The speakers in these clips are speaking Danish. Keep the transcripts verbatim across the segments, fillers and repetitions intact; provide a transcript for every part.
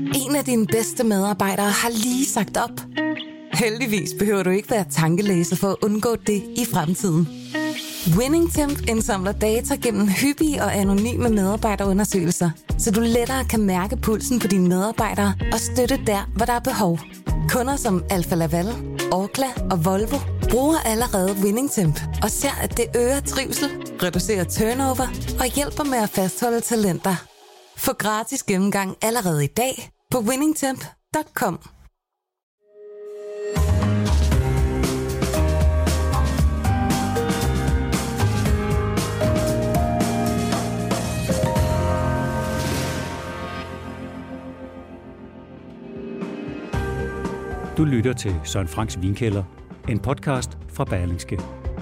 En af dine bedste medarbejdere har lige sagt op. Heldigvis behøver du ikke være tankelæser for at undgå det i fremtiden. WinningTemp indsamler data gennem hyppige og anonyme medarbejderundersøgelser, så du lettere kan mærke pulsen på dine medarbejdere og støtte der, hvor der er behov. Kunder som Alfa Laval, Orkla og Volvo bruger allerede WinningTemp og ser, at det øger trivsel, reducerer turnover og hjælper med at fastholde talenter. Få gratis gennemgang allerede i dag på winningtemp punktum com. Du lytter til Søren Franks Vinkælder, en podcast fra Berlingske.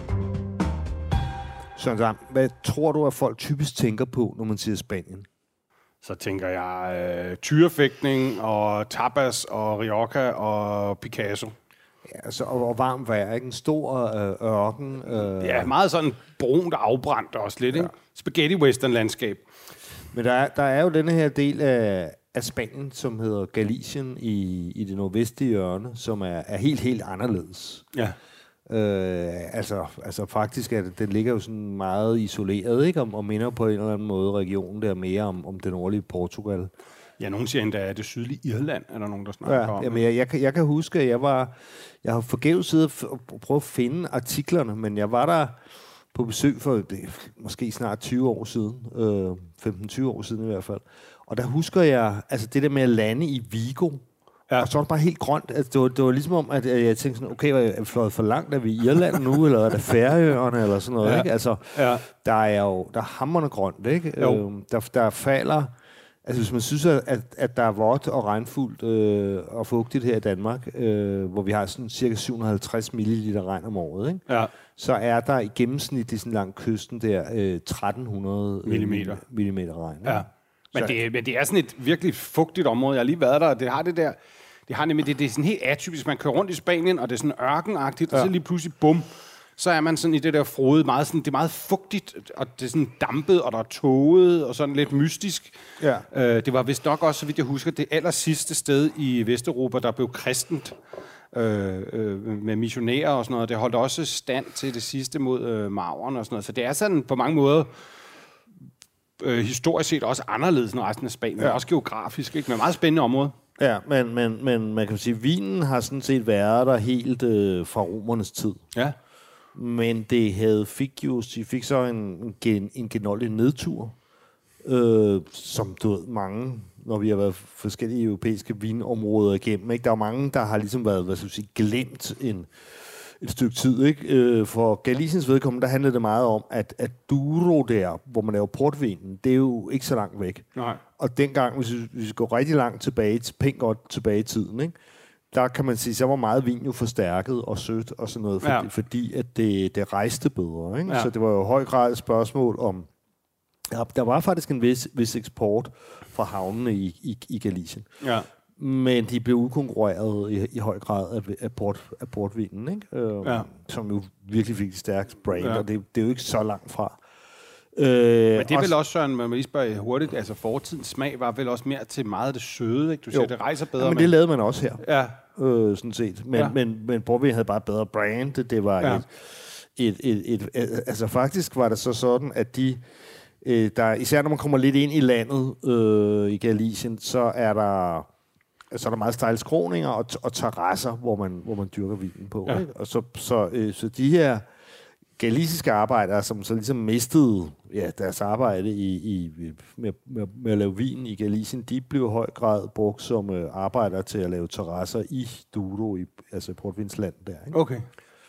Søren Dam, hvad tror du, at folk typisk tænker på, når man siger Spanien? Så tænker jeg øh, tyrefægtning og tapas og Rioja og Picasso. Ja, altså, og, og varmt vejr, ikke? En stor øh, ørken. Øh. Ja, meget sådan brunt og afbrændt også lidt, ja. Ikke? Spaghetti western landskab. Men der er, der er jo denne her del af, af Spanien, som hedder Galicien i, i det nordvestlige hjørne, som er, er helt, helt anderledes. Ja. Øh, altså, altså faktisk er det, den ligger jo sådan meget isoleret, ikke? Og, og minder på en eller anden måde regionen der mere om, om det nordlige Portugal. Ja, nogen siger endda, at det sydlige Irland er der nogen, der snakker ja, om. Jamen, jeg, jeg, jeg kan huske, at jeg var, jeg har forgæves siddet og prøvet at finde artiklerne, men jeg var der på besøg for det, måske snart tyve år siden, øh, femten tyve år siden i hvert fald. Og der husker jeg, altså det der med at lande i Vigo, ja. Og så var det bare helt grønt. Altså, det, var, det var ligesom om, at jeg tænkte sådan, okay, er vi fløjet for langt? Er vi i Irland nu, eller er det Færøerne, eller sådan noget, ja. Ikke? Altså, ja. Der er jo, der er hamrende grønt, ikke? Øh, der, der falder, altså hvis man synes, at, at der er vådt og regnfuldt øh, og fugtigt her i Danmark, øh, hvor vi har sådan cirka syv hundrede og halvtreds milliliter regn om året, ikke? Ja. Så er der i gennemsnit i sådan langt kysten der øh, tretten hundrede millimeter, millimeter regn. Ja. Men det, men det er sådan et virkelig fugtigt område. Jeg har lige været der, og det har det der... Det har nemlig det, det er sådan helt atypisk. Man kører rundt i Spanien, og det er sådan ørkenagtigt, ja. Og så lige pludselig, bum, så er man sådan i det der frode, meget sådan, det er meget fugtigt, og det er sådan dampet, og der er tåget, og sådan lidt mystisk. Ja. Øh, det var vist nok også, så vidt jeg husker, det aller sidste sted i Vesteuropa, der blev kristent øh, øh, med missionærer og sådan noget. Det holdt også stand til det sidste mod øh, marverne og sådan noget. Så det er sådan på mange måder... Øh, historisk set også anderledes end resten af Spanien, ja. Også geografisk, ikke? Men meget spændende område. Ja, men, men, men man kan sige, at vinen har sådan set været der helt øh, fra romernes tid. Ja. Men det havde, fik jo de fik så en, en, en genoldig nedtur, øh, som du ved, mange, når vi har været forskellige europæiske vinområder igennem, ikke? Der er mange, der har ligesom været, hvad skal jeg sige, glemt en... et stykke tid, ikke? Øh, for Galiciens vedkommende, der handlede det meget om, at, at Douro der, hvor man laver portvinen, det er jo ikke så langt væk. Nej. Og dengang, hvis vi, hvis vi går rigtig langt tilbage, pænt godt tilbage i tiden, ikke? Der kan man sige, så var meget vin jo forstærket og sødt og sådan noget, fordi, ja. fordi at det, det rejste bedre, ikke? Ja. Så det var jo i høj grad et spørgsmål om, ja, der var faktisk en vis, vis eksport fra havnene i, i, i Galicien. Ja. Men de blev udkonkurreret i, i høj grad af, af, port, af portvinen, ikke? Øh, ja. Som jo virkelig fik et stærkt brand, ja. Og det, det er jo ikke så langt fra. Øh, Men det er også, vel også, Søren, man må lige spørge hurtigt, altså fortidens smag var vel også mere til meget af det søde, ikke? Du siger, jo. Det rejser bedre. Ja, men med. Det lavede man også her, ja. øh, sådan set. Men, ja. men, men portvin havde bare bedre brand. Det var ja. et, et, et, et, et... Altså faktisk var det så sådan, at de... Øh, der, især når man kommer lidt ind i landet øh, i Galicien, så er der... Så er der meget stejle skråninger og, og terrasser, hvor man, hvor man dyrker vinen på. Ja. Ikke? Og så, så, øh, så de her galiciske arbejdere, som så ligesom mistede ja, deres arbejde i, i, med, med, med at lave vin i Galicien, de blev i høj grad brugt som øh, arbejdere til at lave terrasser i Douro, i, altså portvinsland der. Ikke? Okay.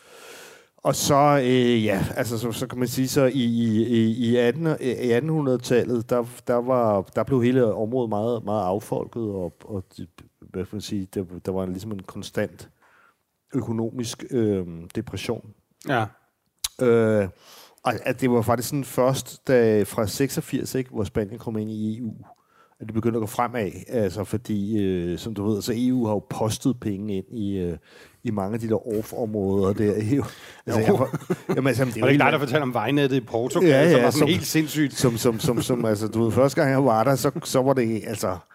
Og så, øh, ja, altså så, så kan man sige, så i, i, i attenhundredetallet, der, der, var, der blev hele området meget, meget affolket, og, og hvad kan man sige, der, der var ligesom en konstant økonomisk øh, depression. Ja. Øh, og at det var faktisk sådan først, da fra seksogfirs, ikke, hvor Spanien kom ind i E U, at det begyndte at gå fremad, altså fordi, øh, som du ved, så E U har jo postet penge ind i, øh, i mange af de der off-områder der. Altså, jo. Jeg, jamen, altså, det er jo ikke dig, der fortæller om vejnettet i Portugal, ja, ja, som var som, helt sindssygt. Som, som, som, som, altså, du ved, første gang jeg var der, så, så var det, altså,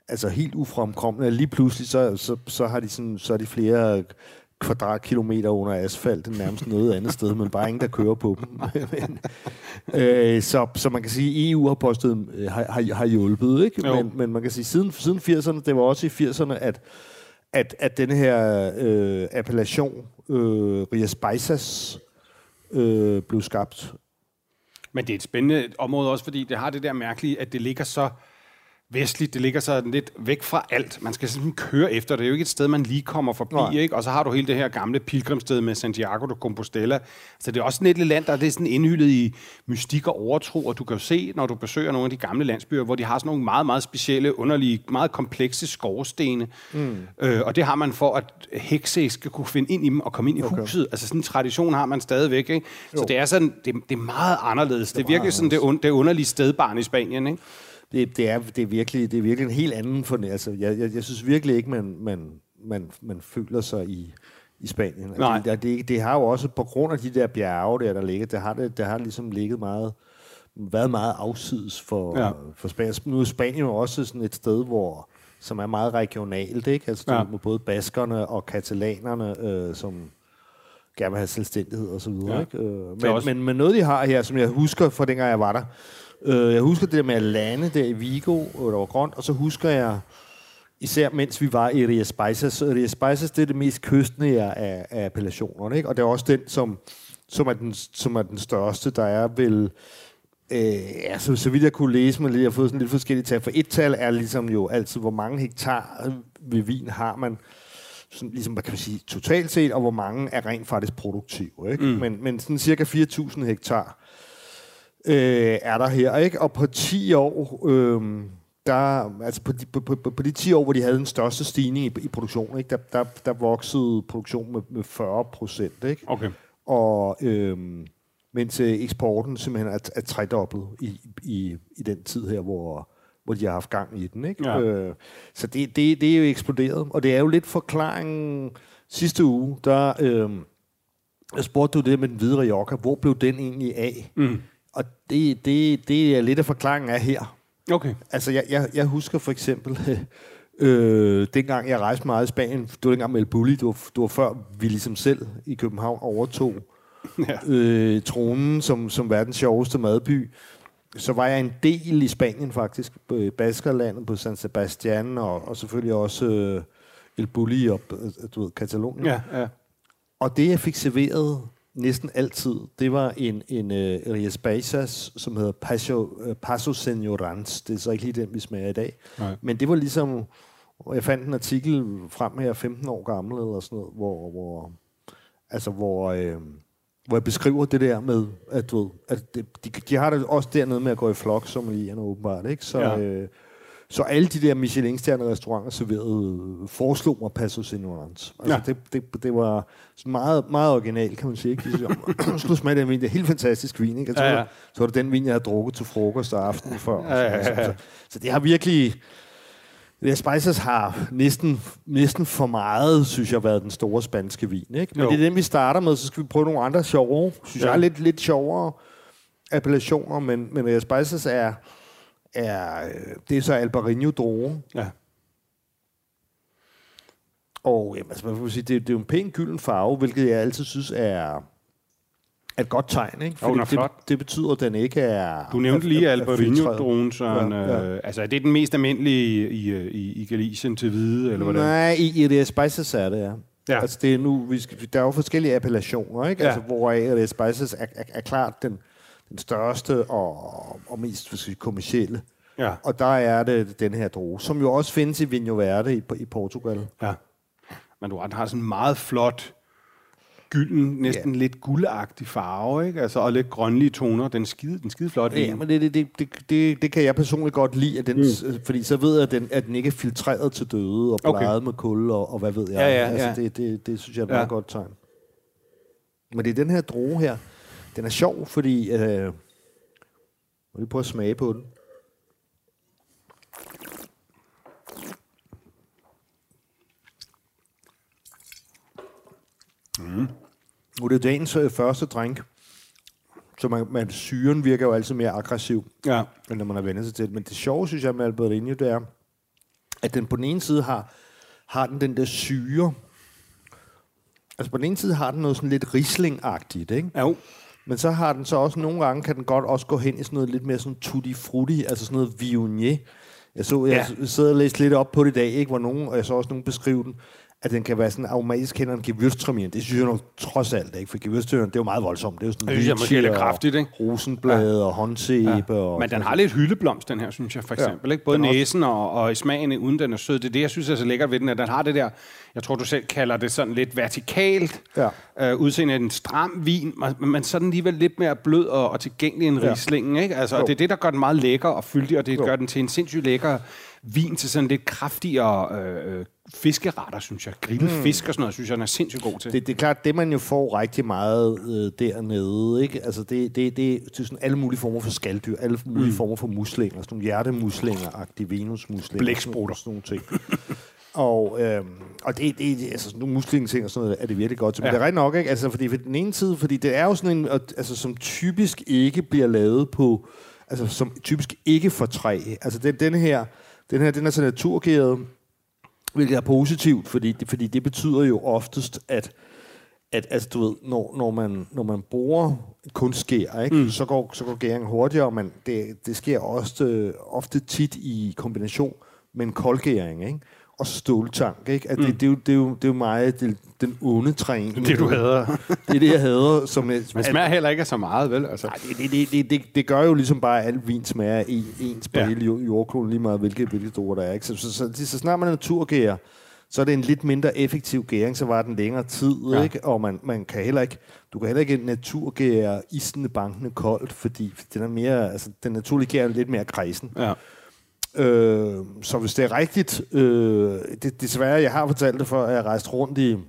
altså helt ufremkommeligt. Lige pludselig, så, så, så, har de sådan, så er de flere kvadratkilometer under asfalt, end nærmest noget andet sted, men bare ingen, der kører på dem. men, øh, så, så man kan sige, at E U har, postet, har, har, har hjulpet, ikke? Men, men man kan sige, siden, siden firserne, det var også i firserne, at, at, at denne her øh, appellation, øh, Rias Baixas, øh, blev skabt. Men det er et spændende område også, fordi det har det der mærkelige, at det ligger så vestligt, det ligger så lidt væk fra alt. Man skal simpelthen køre efter. Det er jo ikke et sted, man lige kommer forbi, ikke? Og så har du hele det her gamle pilgrimsted med Santiago de Compostela. Så det er også et land, der er sådan indhyllet i mystik og overtro, og du kan jo se, når du besøger nogle af de gamle landsbyer, hvor de har sådan nogle meget, meget specielle, underlige, meget komplekse skorstene. Mm. Øh, og det har man for, at hekse skal kunne finde ind i dem og komme ind i okay. huset. Altså sådan en tradition har man stadigvæk, ikke? Så det er sådan, det, det er meget anderledes. Det er, det er virkelig sådan det, un, det underlige stedbarn i Spanien, ikke? Det, det, er, det, er virkelig, det er virkelig en helt anden fornemmelse. Altså, jeg, jeg, jeg synes virkelig ikke, man, man, man, man føler sig i, i Spanien. Nej. Det, det, det har jo også, på grund af de der bjerge, der, der ligger, det har, det, det har ligesom ligget meget, været meget afsides for, ja. for Spanien. Nu er Spanien jo også sådan et sted, hvor, som er meget regionalt, ikke? Altså ja. Med både baskerne og katalanerne, øh, som gerne vil have selvstændighed og så videre. Ja. Ikke? Øh, men, men, men noget, de har her, som jeg husker fra dengang jeg var der, Uh, jeg husker det der med at lande der i Vigo, og der var grønt, og så husker jeg, især mens vi var i Rias Baixas, Rias Baixas, det er det mest kystnære af, af appellationerne, ikke? Og det er også den, som, som, er den, som er den største, der er vel, øh, altså, så vidt jeg kunne læse mig lidt, jeg har fået sådan lidt forskellige tal, for et tal er ligesom jo altid, hvor mange hektar ved vin har man, sådan, ligesom, hvad kan man sige, totalt set, og hvor mange er rent faktisk produktive, ikke? Mm. Men, men sådan cirka fire tusind hektar, Øh, er der her, ikke? Og på ti år, øh, der, altså på de, på, på, på de ti år, hvor de havde den største stigning i, i produktionen, ikke? Der, der, der voksede produktionen med, med fyrre procent, ikke? Okay. Og øh, mens eksporten simpelthen er, er tredoblet i, i, i den tid her, hvor, hvor de har haft gang i den, ikke? Ja. Øh, så det, det, det er jo eksploderet, og det er jo lidt forklaringen sidste uge, der øh, jeg spurgte du det med den hvide Rioja, hvor blev den egentlig af? Mm. Og det, det, det er lidt af forklaringen af her. Okay. Altså, jeg, jeg, jeg husker for eksempel, øh, dengang jeg rejste meget i Spanien, det var dengang med El Bulli, det var, det var før vi ligesom selv i København overtog ja. øh, tronen som, som verdens sjoveste madby. Så var jeg en del i Spanien faktisk, på Baskerlandet, på San Sebastian, og, og selvfølgelig også øh, El Bulli og du ved, Katalonien. Ja, ja. Og det, jeg fik serveret næsten altid, det var en, en uh, Rias Baixas, som hedder Paso, uh, Paso Señorans. Det er så ikke lige den, vi smager i dag. Nej. Men det var ligesom, jeg fandt en artikel frem her, femten år gammel, eller sådan noget, hvor, hvor, altså, hvor, øh, hvor jeg beskriver det der med, at, du ved, at de, de, de har det også dernede med at gå i flok, som lige er åbenbart, ikke? Så, ja. øh, så alle de der Michelin-stjernede restauranter serverede, foreslog mig Paso Señorans. Altså, ja. det, det, det var meget, meget originalt, kan man sige. Ikke? Nu skulle du smage den vin. Det er helt fantastisk vin, ikke? Altså, ja, ja. Så var det den vin, jeg havde drukket til frokost og aftenen før. Ja, ja, ja. Så, så det har virkelig... Rias Baixas har næsten, næsten for meget, synes jeg, været den store spanske vin. Ikke? Men jo. Det er den, vi starter med, så skal vi prøve nogle andre sjovere, synes ja. jeg, lidt, lidt sjovere appellationer, men, men Rias Baixas er... er, det er så Albarino Droge. Ja. Og jamen, altså, man får sige, det, det er jo en pæn gylden farve, hvilket jeg altid synes er et godt tegn, ikke? Fordi det, det betyder, at den ikke er... Du nævnte lige Albarino-drogen, Søren. Ja, ja. Øh, altså, er det den mest almindelige i, i, i, i Galicien til hvide, eller hvordan? Nej, i, i Rias Baixas er det, ja. ja. Altså, det er nu, vi skal, der er jo forskellige appellationer, ikke? Ja. Altså, hvor Rias Baixas er, er, er klart den, den største og, og mest sige, kommercielle. Ja. Og der er det den her droge, som jo også findes i Vinho Verde i, i Portugal. Ja. Men du har sådan en meget flot, gylden, næsten ja. lidt guldagtig farve, ikke? Altså, og lidt grønlige toner. Den skide, den skide flot. Ja, men det, det, det, det, det kan jeg personligt godt lide, at den, mm. fordi så ved jeg, at den, at den ikke er filtreret til døde og bleget okay. med kul og, og hvad ved jeg. Ja, ja, altså, ja. Det, det, det synes jeg er et ja. meget godt tegn. Men det er den her droge her. Den er sjov, fordi... Øh, jeg vil prøve at smage på den. Mm. Nu er det dagens øh, første drink, så man, man, syren virker jo altid mere aggressiv, ja. end når man har vendt sig til det. Men det sjove, synes jeg, med Albarino, det er, at den på den ene side har, har den den der syre. Altså på den ene side har den noget sådan lidt Riesling-agtigt, ikke? Jo. Men så har den så også nogle gange, kan den godt også gå hen i sådan noget lidt mere sådan tutti-frutti, altså sådan noget Viognier. Jeg så, jeg ja. sidder og læste lidt op på det i dag, ikke? Hvor nogen, og jeg så også nogen beskrive den, at den kan være sådan aromatisk hen en Gewürztraminer. Det synes jeg nok trods alt, ikke? For Gewürztraminer, det er jo meget voldsomt. Det er jo sådan lychee og kraftigt, ikke? rosenblade ja. og håndsæbe. Ja. Og men den har lidt hyldeblomst, den her, synes jeg, for eksempel. Ja. Ikke? Både næsen og, og i smagen, uden den er sød. Det er det, jeg synes er så lækkert ved den, at den har det der, jeg tror, du selv kalder det sådan lidt vertikalt, ja. øh, udseende af en stram vin, men sådan alligevel lidt mere blød og, og tilgængelig end ja. Rieslingen, ikke? Altså, og det er det, der gør den meget lækker og fyldig, og det jo. gør den til en sindssygt lækker vin til sådan lidt kraftigere øh, fiskeretter, synes jeg. Grillet mm. fisk og sådan noget, synes jeg, den er sindssygt god til. Det, det er klart, det man jo får rigtig meget øh, dernede, ikke? Altså det, det, det er sådan alle mulige former for skalddyr, alle mulige mm. former for muslinger, sådan nogle hjertemuslinger-agtige venusmuslinger. Blæksprutter. Sådan nogle ting. og øhm, og det, det, det, altså sådan nogle muslingeting og sådan noget, er det virkelig godt til. Men ja. det er rigtig nok, ikke? Altså fordi for den ene side, fordi det er jo sådan en, altså som typisk ikke bliver lavet på, altså som typisk ikke for træ. Altså den, den her, den her, den er så naturgæret, hvilket er positivt, fordi det, fordi det betyder jo oftest, at, at altså, du ved, når, når, man, når man bruger kunstskær, ikke, mm. så, går, så går gæringen hurtigere, men det, det sker også øh, ofte tit i kombination med en koldgæring, ikke? Og ståltank, ikke? At det, mm. det, det, er jo, det, er jo, det er jo meget det, den onde træning. Det, du hader. Det er det, jeg hader. Som, men smager at, heller ikke så meget, vel? Altså. Nej, det, det, det, det, det gør jo ligesom bare, at al vin smager en, ens på ja. hele jordkloden, lige meget hvilke, hvilke store der er, ikke? Så, så, så, så, så snart man naturgærer, så er det en lidt mindre effektiv gæring, så var den længere tid, ja. ikke? Og man, man kan heller ikke, du kan heller ikke naturgære isende bankende koldt, fordi den er mere, altså den naturlige gærer er lidt mere kredsen. Ja. Øh, så hvis det er rigtigt, øh, det, desværre, jeg har fortalt det for, at jeg rejste rundt i,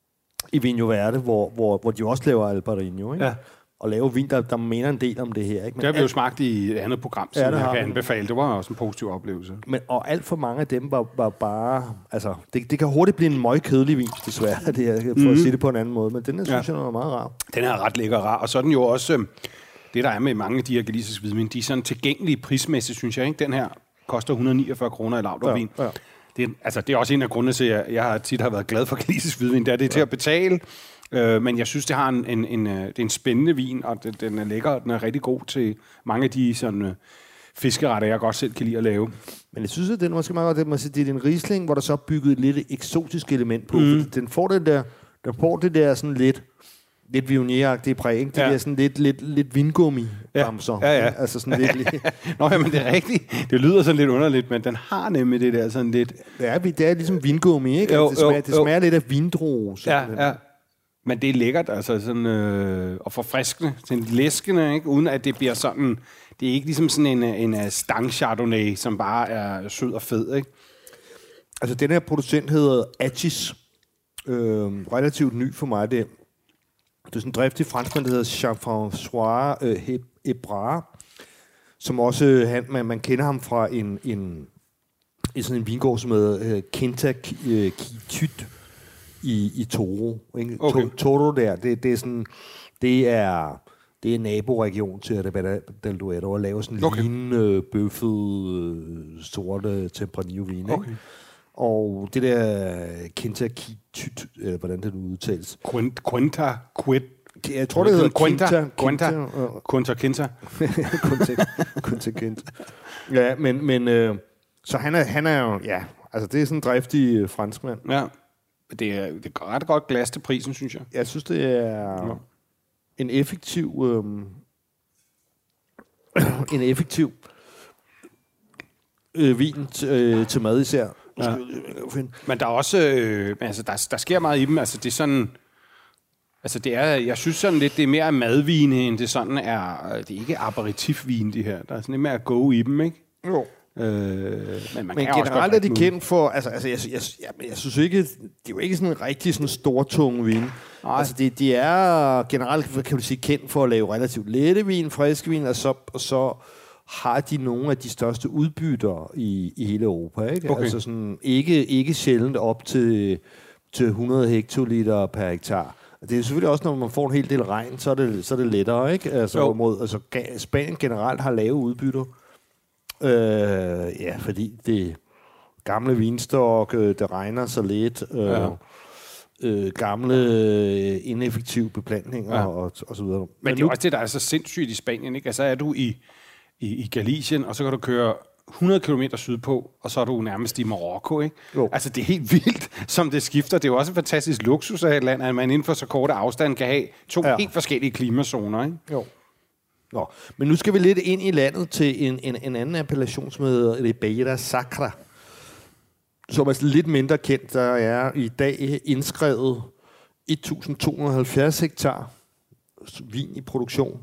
i Vinho Verde, hvor, hvor, hvor de også laver Albarino, ikke? Ja. Og laver vin, der, der mener en del om det her. Ikke? Men det har vi jo smagt i et andet program, som ja, jeg kan anbefale. Det var også en positiv oplevelse. Men, og alt for mange af dem var, var bare... Altså, det, det kan hurtigt blive en meget kedelig vin, desværre, det er, for mm. at sige det på en anden måde. Men den her, synes ja. jeg, er meget rar. Den er ret lækker og rar. Og så er den jo også... Det, der er med mange af de her galiciske hvidvin, de er sådan tilgængelige prismæssigt, synes jeg. Ikke? Den her koster et hundrede og niogfyrre kroner i lavdorvin. Ja, ja. Det, er, altså, det er også en af grundene til, at jeg, jeg har tit har været glad for galicisk hvidvin. Det er det ja. til at betale. Øh, men jeg synes, det har en, en, en, det er en spændende vin, og det, den er lækker, og den er rigtig god til mange af de sådan, uh, fiskeretter, jeg godt selv kan lide at lave. Men jeg synes, at den måske meget godt, det, det er en Riesling, hvor der så er bygget et lidt eksotisk element på. Mm. Den får det der, der får det der sådan lidt... lidt Viognier-agtige præg, ikke? Det ja. er sådan lidt, lidt, lidt vingummi-bamser. Ja, ja, ja. Altså sådan lidt... lidt. Nå, ja, men det er rigtigt. Det lyder sådan lidt underligt, men den har nemlig det der sådan lidt... Ja, det er ligesom vingummi, ikke? Jo, det smager, jo, det smager lidt af vindrue. Ja, ja. Men det er lækkert, altså sådan... Øh, og forfriskende, sådan læskende, ikke? Uden at det bliver sådan... Det er ikke ligesom sådan en, en stang chardonnay, som bare er sød og fed, ikke? Altså, den her producent hedder Agis. Øh, relativt ny for mig, det Det er sådan en driftig franskmand, der hedder Jean-François øh, Ebrard, som også, han, man, man kender ham fra en, en, en sådan en vingård, som hedder øh, Quinta Quitud i, i Toro. Okay. To, Toro der, det, det er sådan, det er, det er naboregion til Ribera del Duero, og laver sådan en okay. lignende, bøffet, øh, sorte Tempranillo-vin. Okay. Og det der Quinta Quitud, eller hvordan det nu udtales. Quinta Quid. Jeg tror, det hedder Quinta. Quinta. Quinta Quinta. Quinta Quinta. Ja, men, men øh, så han er, han er jo, ja, altså det er sådan en driftig øh, franskmand. Ja, det er, det er ret godt glas til prisen, synes jeg. Jeg synes, det er ja. en effektiv, øh, en effektiv øh, vin t- øh, til mad især. Ja. Men der er også, øh, altså der, der sker meget i dem. Altså det er sådan, altså det er, jeg synes sådan lidt, det er mere madvine end det sådan er. Det er ikke aperitifvin det her. Der er sådan lidt mere at gå i dem, ikke? Jo. Øh, men man men kan generelt er de kendt for, altså, altså jeg, jeg, jeg, jeg synes ikke, det er jo ikke sådan en rigtig sådan stor tunge vin. Altså de, de er generelt, kan du sige, kendt for at lave relativt lette vin, friske vin, og så, og så har de nogle af de største udbytter i, i hele Europa, ikke? Okay. Altså sådan ikke, ikke sjældent op til, til hundrede hektoliter per hektar. Det er selvfølgelig også, når man får en hel del regn, så er det, så er det lettere, ikke? Altså, mod, altså Spanien generelt har lave udbytter. Øh, ja, fordi det, gamle vinstok, øh, det regner så lidt, øh, ja. øh, gamle øh, ineffektive beplantninger ja. og, og så videre. Men, Men det er nu, også det, der er så sindssygt i Spanien, ikke? Altså er du i, i, i Galicien, og så kan du køre hundrede kilometer sydpå, og så er du nærmest i Marokko, ikke? Jo. Altså, det er helt vildt, som det skifter. Det er jo også en fantastisk luksus af et land, at man inden for så korte afstand kan have to ja. helt forskellige klimazoner, ikke? Jo. Nå, men nu skal vi lidt ind i landet til en, en, en anden appellation, som hedder Ribera Sacra, som er lidt mindre kendt. Der er i dag indskrevet et tusind to hundrede og halvfjerds hektar vin i produktion.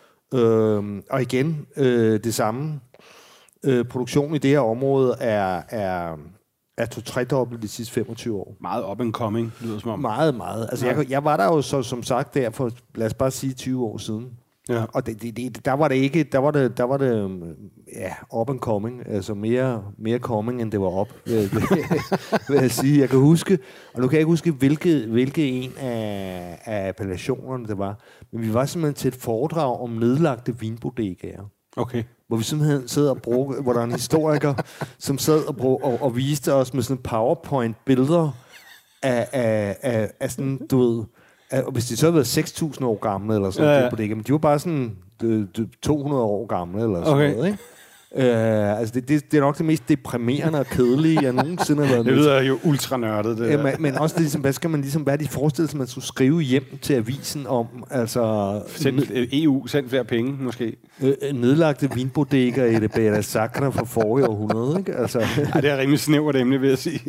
Øhm, og igen, øh, det samme. Øh, produktionen i det her område er, er, er to-tredobbelt de sidste femogtyve år. Meget up and coming, lyder som om. Meget, meget. Altså, ja. jeg, jeg var der jo så, som sagt der for, lad os bare sige, tyve år siden. Ja. Og det, det, det, der var det ikke, der var det, der var det, ja, up and coming, altså mere, mere coming, end det var up, vil, vil jeg sige. Jeg kan huske, og nu kan jeg ikke huske, hvilke, hvilke en af, af appellationerne det var, men vi var simpelthen til et foredrag om nedlagte vinbodegaer. Okay. Hvor vi simpelthen sad og brugte, hvor der er en historiker, som sad og, brug, og, og viste os med sådan PowerPoint-billeder af, af, af, af sådan, du ved, af, hvis de så havde været seks tusind år gamle, eller sådan ja, ja. Bodegaer, men de var bare sådan de, de to hundrede år gamle, eller sådan okay. noget, ikke? Uh, altså det, det, det er nok det mest deprimerende og kedelige, jeg nogensinde har været med. Det lyder jo ultranørdet, det uh, men, men også det, ligesom, hvad skal man ligesom, hvad er de forestillet, man skulle skrive hjem til avisen om, altså... Send, E U, send flere penge, måske. Uh, nedlagte vinbodegaer i det Ribera Sacra fra forrige århundrede, ikke? Altså, Ej, det er rimelig snævert emne, vil jeg sige.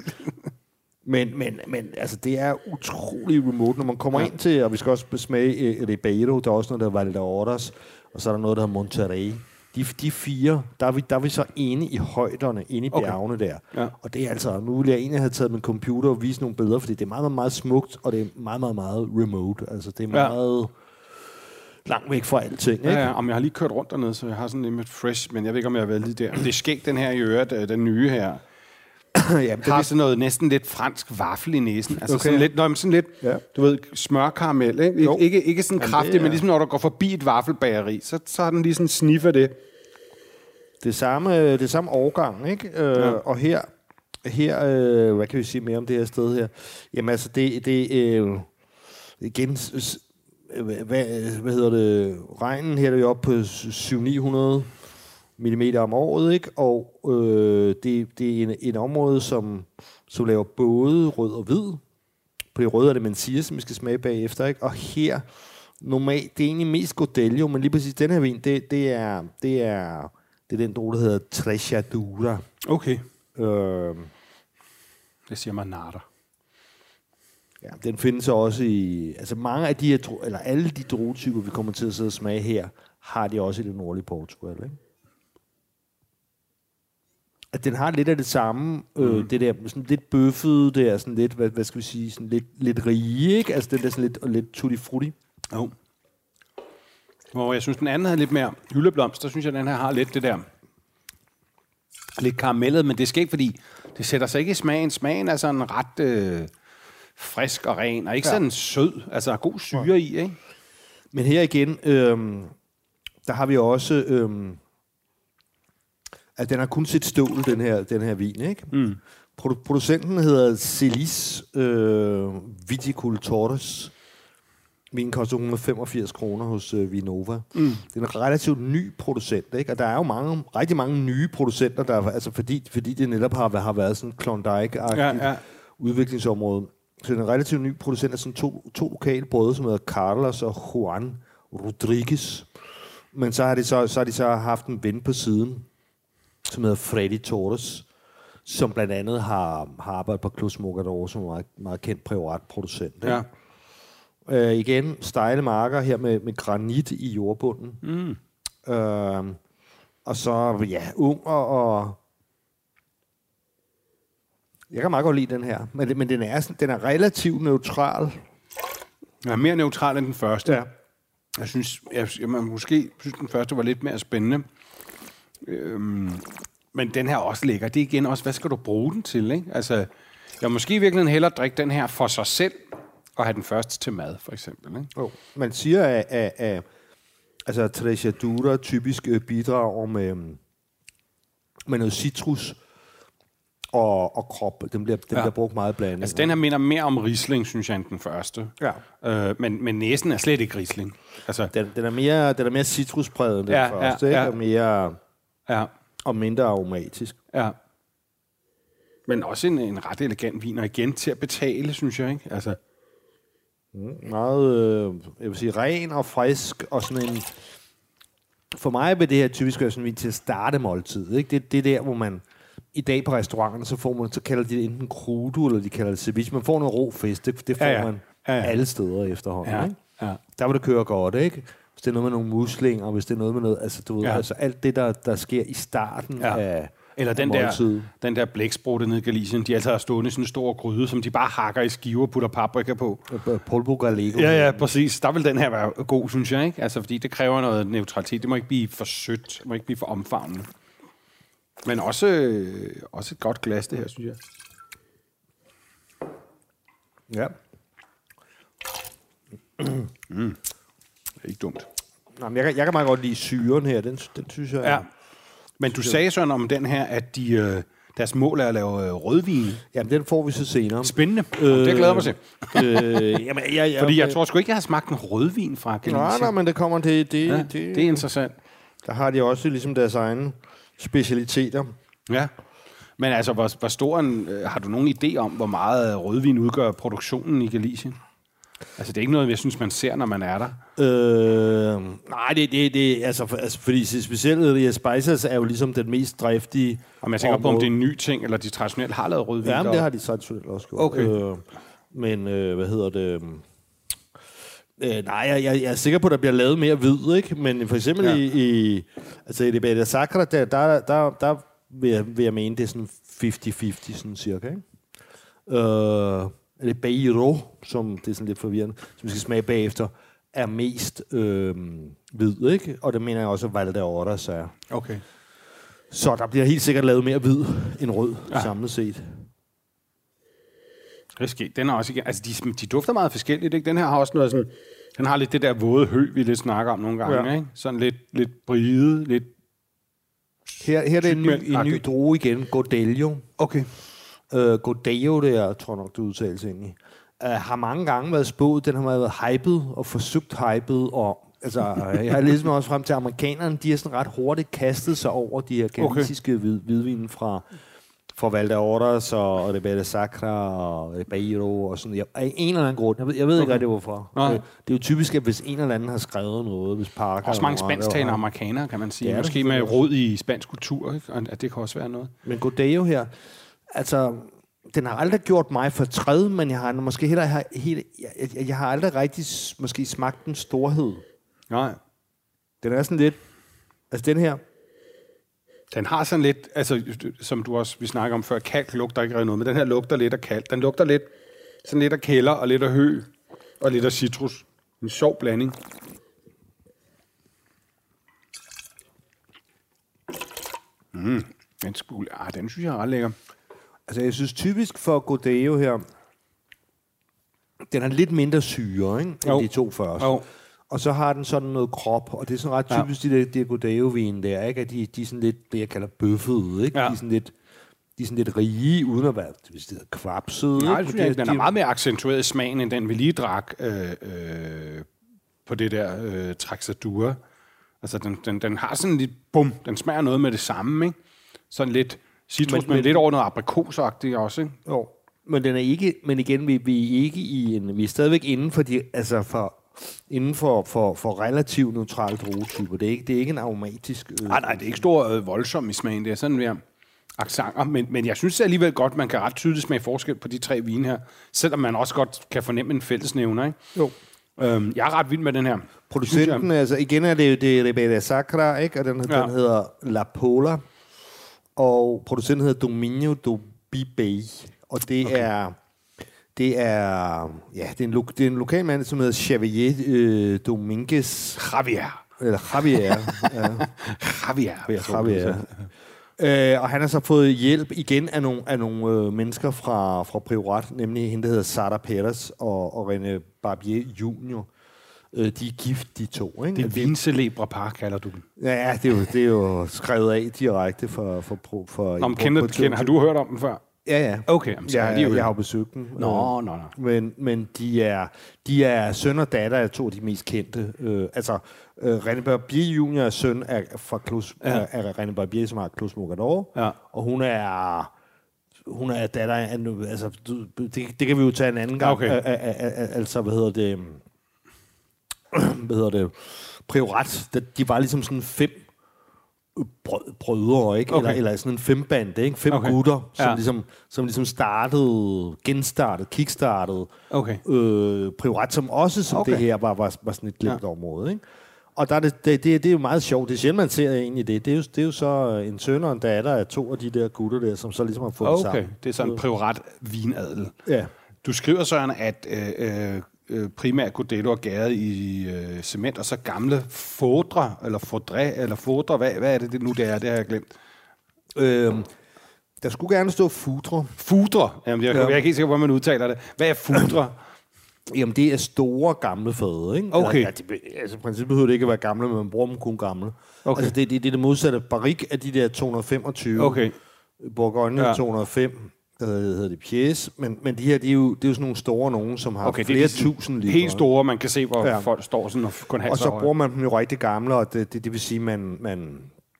men, men, men altså, det er utrolig remote, når man kommer ja. ind til, og vi skal også smage Ribeiro, der er også noget, der er Valdeorras, og så er der noget, der hedder Monterrey. De, de fire, der er, vi, der er vi så inde i højderne, inde i bjergene okay. der. Ja. Og det er altså, nu ville jeg egentlig have taget min computer og vise nogle billeder, fordi det er meget, meget, meget smukt, og det er meget, meget, meget remote. Altså, det er meget ja. langt væk fra alting, ikke? Ja, ja, om jeg har lige kørt rundt dernede, så jeg har sådan lidt fresh, men jeg ved ikke, om jeg har været lige der. Det er skægt, den her i øret, den nye her. Ja, det har sådan noget næsten lidt fransk vaffel i næsen. Altså okay. sådan lidt, nøj, sådan lidt, ja. du ved, smørkaramel, ikke? Jo. Ikke, ikke sådan kraftigt, ja. men ligesom når du går forbi et vaffelbageri, så, så har den lige sådan sniffer det. Det samme, det samme årgang, ikke? Øh, ja. Og her, her øh, hvad kan vi sige mere om det her sted her? Jamen altså, det, det øh, igen, hvad, hvad hedder det? Regnen her er vi oppe på syv til ni hundrede millimeter om året, ikke? Og øh, det, det er en, en område, som, som laver både rød og hvid. På det røde er det Mencia, som vi skal smage bagefter, ikke? Og her, normalt, det er egentlig mest Godello, men lige præcis den her vin, det, det er... Det er Det er den drue, der hedder Trechadura. Okay. Øh, det siger man natter. Ja, den findes også i... Altså mange af de her... Eller alle de druetyper, vi kommer til at sidde og smage her, har de også i det nordlige Portugal, ikke? At den har lidt af det samme, mm. øh, det der sådan lidt bøffede, det er sådan lidt, hvad, hvad skal vi sige, sådan lidt, lidt rige, ikke? Altså det der sådan lidt, lidt tutti frutti. Jo. Hvor jeg synes, den anden havde lidt mere hyldeblomst, der synes jeg, den her har lidt det der, lidt karamellet, men det sker ikke, fordi det sætter sig ikke i smagen. Smagen er sådan ret øh, frisk og ren, og ikke ja. sådan sød, altså god syre ja. i, ikke? Men her igen, øh, der har vi også, øh, at den har kun set stål, den her, den her vin, ikke? Mm. Produ- producenten hedder Celis øh, Viticultores. Vinen koster et hundrede og femogfirs kroner hos øh, Vinova. Mm. Det er en relativt ny producent, ikke? Og der er jo mange, rigtig mange nye producenter, der, altså fordi, fordi det netop har, har været sådan Klondike-agtigt ja, ja. udviklingsområde. Så det er en relativt ny producent af sådan to, to lokale brødre, som hedder Carlos og Juan Rodriguez. Men så har de så, så, har de så haft en ven på siden, som hedder Freddy Torres, som blandt andet har, har arbejdet på Clos Mogador, som er meget, meget kendt privat producent. Ikke? Ja. Uh, igen, stejle marker her med, med granit i jordbunden. Mm. Uh, og så, ja, ung og, og... Jeg kan meget godt lide den her, men, men den, er sådan, den er relativt neutral. Den er mere neutral end den første. Ja. Jeg synes, jeg, jeg måske synes, den første var lidt mere spændende. Øhm, men den her er også lækker. Det er igen også, hvad skal du bruge den til, ikke? Altså, jeg måske virkelig hellere drikke den her for sig selv, og have den første til mad, for eksempel. Ikke? Oh. Man siger, at, at, at altså, Trechadura typisk bidrager med, med noget citrus, og, og krop. Den bliver, den ja. bliver brugt meget blandet. Altså, den her minder mere om Riesling, synes jeg, end den første. Ja. Øh, men, men næsen er slet ikke Riesling. Altså, den, den, er mere, den er mere citruspræget end den ja, første, ja, ikke? ja. Og mere... Ja. Og mindre aromatisk. Ja. Men også en, en ret elegant vin, og igen til at betale, synes jeg, ikke? Altså... Mm, meget, øh, jeg vil sige, ren og frisk, og sådan en... For mig vil det her typisk være sådan en vin til at starte måltid, ikke? Det, det er der, hvor man... I dag på restauranterne, så får man, så kalder de det enten crudo, eller de kalder det ceviche. Man får noget rå fisk, det, det får ja, ja. man ja, ja. alle steder efterhånden, ja. ikke? Ja. Der vil det køre godt, ikke? Hvis det er noget med nogle muslinger, hvis det er noget med noget... Altså, du ved, ja. altså alt det, der, der sker i starten ja. af... Eller den der, den der blæksprutte nede i Galicien, de altså har stående i sådan en stor gryde, som de bare hakker i skiver og putter paprika på. Polvo Gallego. Ja, ja, præcis. Der vil den her være god, synes jeg, ikke? Altså, fordi det kræver noget neutralitet. Det må ikke blive for sødt. Det må ikke blive for omfavnende. Men også, øh, også et godt glas, det her, synes jeg. Ja. Mm. Det er ikke dumt. Nå, men jeg, kan, jeg kan meget godt lide syren her. Den, den synes jeg... Ja. Men du sagde sådan om den her, at de, øh, deres mål er at lave øh, rødvin. Jamen, den får vi så senere. Spændende. Øh, det glæder mig til. øh, jamen, jeg, jeg, Fordi jeg tror sgu ikke, jeg har smagt en rødvin fra Galicien. Nej, nej, men det kommer til... Det, ja, det, det er interessant. Der har de også ligesom deres egne specialiteter. Ja. Men altså, hvor, hvor stor en... Øh, har du nogen idé om, hvor meget rødvin udgør produktionen i Galicien? Altså, det er ikke noget, jeg synes, man ser, når man er der. Øh, nej, det, det, det altså, for, altså, fordi specielt Ria Spicers er jo ligesom den mest driftige. Og jeg tænker område. På, om det er en ny ting, eller de traditionelt har lavet rødvin. Ja, men det har de traditionelt også gjort. Okay. Øh, men, øh, hvad hedder det... Øh, nej, jeg, jeg, jeg er sikker på, at der bliver lavet mere hvid, ikke? Men for eksempel ja. i, i... Altså, i det Beta Sacra, der, der, der, der vil, jeg, vil jeg mene, det er sådan halvtreds halvtreds, sådan cirka, ikke? Øh... eller Beiro, som det er sådan lidt forvirrende, som vi skal smage bagefter, er mest øh, hvid, ikke? Og det mener jeg også, at Valdeorras er. Okay. Så der bliver helt sikkert lavet mere hvid end rød, ja. samlet set. Det den er også igen, altså de, de dufter meget forskelligt, ikke? Den her har også noget sådan, den har lidt det der våde hø, vi lidt snakker om nogle gange, ja. ikke? Sådan lidt, lidt bride, lidt... Her, her er det en ny, en ny drue igen, Godello. Okay. Uh, Godello, det er, tror nok, du udtales ind i, uh, har mange gange været spået. Den har været hyped og forsøgt hyped, og altså, jeg har ligesom også frem til amerikanerne, de har sådan ret hurtigt kastet sig over de her galiciske okay. hvid, hvidvinen fra, fra Valdeorras og, og det Beta Sacra og det Beiro og sådan. Jeg, af en eller anden grund, jeg ved, jeg ved okay. ikke rigtig hvorfor. Det, det er jo typisk, at hvis en eller anden har skrevet noget, hvis Parker... Også mange spansktalende amerikanere, kan man sige. Ja, måske med rod i spansk kultur, ikke? At det kan også være noget. Men Godello her... Altså, den har aldrig gjort mig fortræd, men jeg har måske heller jeg, helt, jeg, jeg, jeg har aldrig rigtig måske smagt den storhed. Nej. Den er sådan lidt... Altså, den her... Den har sådan lidt, altså, som du også, vi snakker om før, kalk lugter ikke rigtig noget, men den her lugter lidt af kalk. Den lugter lidt, sådan lidt af kælder, og lidt af hø, og lidt af citrus. En sjov blanding. Mm. Den, skulle, ah, den synes jeg er ret lækker. Altså, jeg synes typisk for Godello her, den er lidt mindre syre, ikke? End jo. de to første. Jo. Og så har den sådan noget krop, og det er sådan ret typisk, ja. de der, de Godello-vin der, ikke? At de, de er sådan lidt, det jeg kalder bøffede, ikke? Ja. De er sådan lidt... De er sådan lidt rige, uden at være hvis det hedder kvapsede. Nej, jeg synes, den er meget mere accentueret i smagen, end den vi lige drak øh, øh, på det der øh, Traxadura. Altså, den, den, den har sådan lidt, bum, den smager noget med det samme, ikke? Sådan lidt citrus, men, men lidt over noget aprikosagtigt også, ikke? Jo, men den er ikke, men igen, vi, vi er ikke i en, vi er stadigvæk inden for de, altså for, inden for, for, for relativt neutrale druetyper. Det er ikke, det er ikke en aromatisk... Øh, nej, nej, det er ikke stor øh, voldsom i smagen, det er sådan mere accenter, men, men jeg synes alligevel godt, man kan ret tydeligt smage forskel på de tre vine her, selvom man også godt kan fornemme en fællesnævner, ikke? Jo. Øhm, jeg er ret vild med den her. Producenten, altså igen er det jo det Beta Sacra, ikke? Og den, ja. den hedder La Pola, og producenten hedder Dominio do Bibey, og det okay. er det er ja, det er en, lo, det er en lokal mand, som hedder Xavier øh, Dominguez Javier. Eller Javier. ja. Javier. Javier. Øh, og han har så fået hjælp igen af nogle, af nogle øh, mennesker fra, fra Priorat, nemlig hende, der hedder Sara Perez og, og René Barbier junior Øh, de er gift, de to. Ikke? Det er vincelebre par, kalder du dem. Ja, det er jo, det er jo skrevet af direkte for... for, for, for Nå, men kender, kender, har du hørt om dem før? Ja, ja. Okay, jamen, så jeg, er de jo... jeg, jeg har besøgt dem. Nå, nå, nå. Men, men de er, de er søn og datter af to af de mest kendte. Øh, altså, øh, René Barbier junior er søn af, fra Claus, ja. af René Barbier, som har Claus Mogador. Ja. Og hun er... Hun er datter af... Altså, det, det kan vi jo tage en anden gang. Okay. Altså, hvad hedder det... Hvad hedder det? Priorat. De var ligesom sådan fem brødre, ikke? Okay. Eller, eller sådan en fembande, ikke? Fem okay. gutter, som, ja. ligesom, som ligesom startede, genstartede, kickstartede okay. øh, Priorat, som også som okay. det her var, var, var sådan et glemt ja. område, ikke? Og der er det, det, det, det er jo meget sjovt. Det er sjældent, man ser egentlig det. Det er, jo, det er jo så en søn og en datter af to af de der gutter der, som så ligesom har fået okay. sammen. Det er sådan en Priorat-vinadel. Ja. Du skriver, Søren, at øh, øh, primært Godello er gæret i øh, cement, og så gamle fodre, eller fodre, eller fodre. Hvad, hvad er det, det nu, det er? Det har jeg glemt. Øhm, der skulle gerne stå fudre. Fudre? Jamen, jeg, ja. jeg er ikke helt sikker på, hvordan man udtaler det. Hvad er fudre? Jamen, det er store, gamle fade, ikke? Okay. Ja, de, altså, i princippet behøver det ikke at være gamle, men man bruger dem kun gamle. Okay. Altså, det, det, det er det modsatte. Barrique af de der to hundrede femogtyve. Okay. Bourgogne ja. to hundrede og fem. Der hedder det Pièce. Men, men de her, de er, jo, det er jo sådan nogle store nogen, som har okay, flere tusind liter. Helt store, man kan se, hvor ja. folk står sådan og kun halvt. Og så bruger man dem jo rigtig gamle, og det, det, det vil sige, man, man...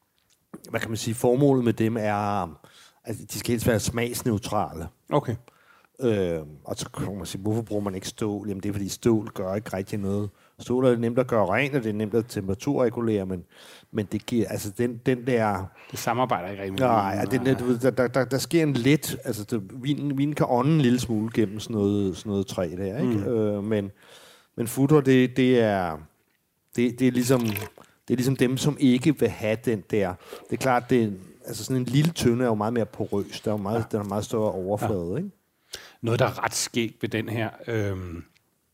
Hvad kan man sige? Formålet med dem er... Altså, de skal helst være smagsneutrale. Okay. Øh, og så kan man sige, hvorfor bruger man ikke stål? Jamen det er fordi stål gør ikke rigtig noget. Stål er nemt at gøre rent, og det er nemt at temperaturregulere, men, men det giver, altså den, den der... Det samarbejder ikke rigtig. Nej, ja, den der, du ved, der, der, der, der sker en let... Altså det, vinen, vinen kan ånde en lille smule gennem sådan noget, sådan noget træ der, ikke? Mm. Øh, men, men futter, det, det er... Det, det er ligesom... Det er ligesom dem, som ikke vil have den der... Det er klart, det altså sådan en lille tønde er jo meget mere porøs. Der er jo meget, ja. Den er meget større overflade, ja. Ikke? Noget, der er ret skægt ved den her øhm,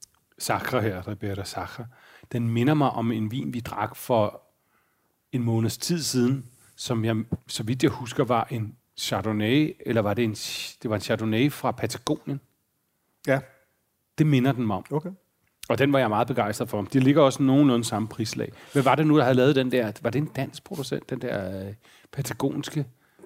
Sacre her, Ribera Sacre, den minder mig om en vin, vi drak for en måneds tid siden, som jeg, så vidt jeg husker, var en Chardonnay, eller var det en, det var en Chardonnay fra Patagonien? Ja. Det minder den mig om. Okay. Og den var jeg meget begejstret for. De ligger også nogenlunde samme prislag. Hvad var det nu, der havde lavet den der? Var det en dansk producent, den der øh, patagonske?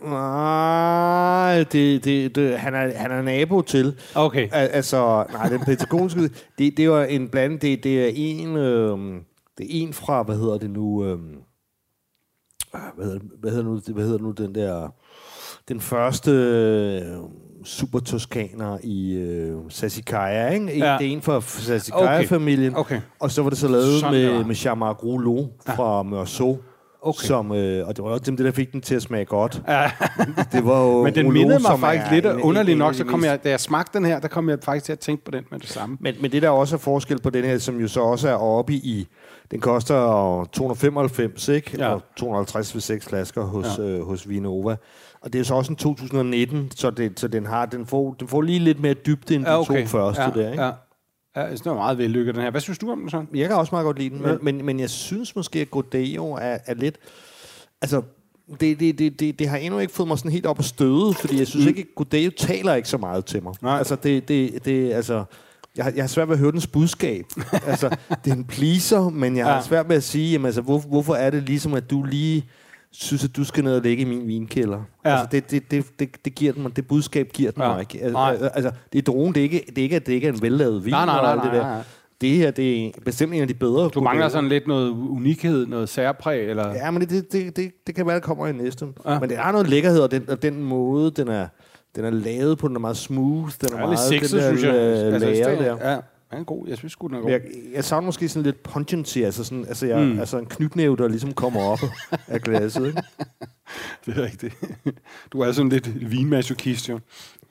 Nej, det, det, det, han, er, han er nabo til. Okay. Al- altså, nej, den patagonske, det, det var en blanding, det, det er en, øh, det er en fra, hvad hedder det nu, øh, hvad, hedder, hvad, hedder nu hvad hedder nu den der, den første øh, super toskaner i øh, Sassicaia, ikke? Ja. Det er en fra Sassicaia-familien, okay. Okay. Og så var det så lavet sådan med, med Chamarc Rouleau fra ja. Meursault. Okay. Som, øh, og det var også dem, der fik den til at smage godt. Ja. Det var jo men den Rouleau, mindede mig faktisk lidt underligt nok, så kom jeg, da jeg smagte den her, der kom jeg faktisk til at tænke på den med det samme. Men, men det der også er forskel på den her, som jo så også er oppe i, den koster to hundrede femoghalvfems, ikke? Ja. Og to hundrede og halvtreds ved seks flasker hos, ja. øh, hos Vinova. Og det er så også en to tusind og nitten, så, det, så den, har, den, får, den får lige lidt mere dybde end de ja, okay. to første ja, der, ikke? Ja. Ja, det var meget vellykket, den her. Hvad synes du om den så? Jeg kan også meget godt lide den, ja. men, men, men jeg synes måske, at Godello er, er lidt... Altså, det, det, det, det, det har endnu ikke fået mig sådan helt op at støde, fordi jeg synes mm. ikke, at Godello taler ikke så meget til mig. Nej. Altså, det, det, det, altså... Jeg har, jeg har svært ved at høre dens budskab. Altså, det er en pleaser, men jeg ja. har svært ved at sige, jamen, altså, hvor, hvorfor er det ligesom, at du lige synes, at du skal ned og ligge i min vinkælder. Ja. Altså, det, det, det, det, det giver den mig, det budskab giver den ja. mig ikke. Altså, altså, det er drogen, det er ikke, det er ikke, at det ikke er en vellavet vin. Nej, nej, nej, nej, det, der. nej. Det her, det er bestemt en af de bedre. Du mangler sådan lidt noget unikhed, noget særpræg, eller? Ja, men det, det, det, det kan være, det kommer i næste. Ja. Men det er noget lækkerhed, og den, og den måde, den er, den er lavet på, den er meget smooth, den er ja, meget sexet, den der, synes jeg. Øh, altså, lager der. Ja. Ja, en god. Jeg synes sgu, den er god. Jeg, jeg savner måske sådan lidt pungency, altså, sådan, altså, jeg, mm. altså en knytnæve, der ligesom kommer op af glasset, ikke? Det er rigtigt. Du er sådan lidt vinmasokist, jo.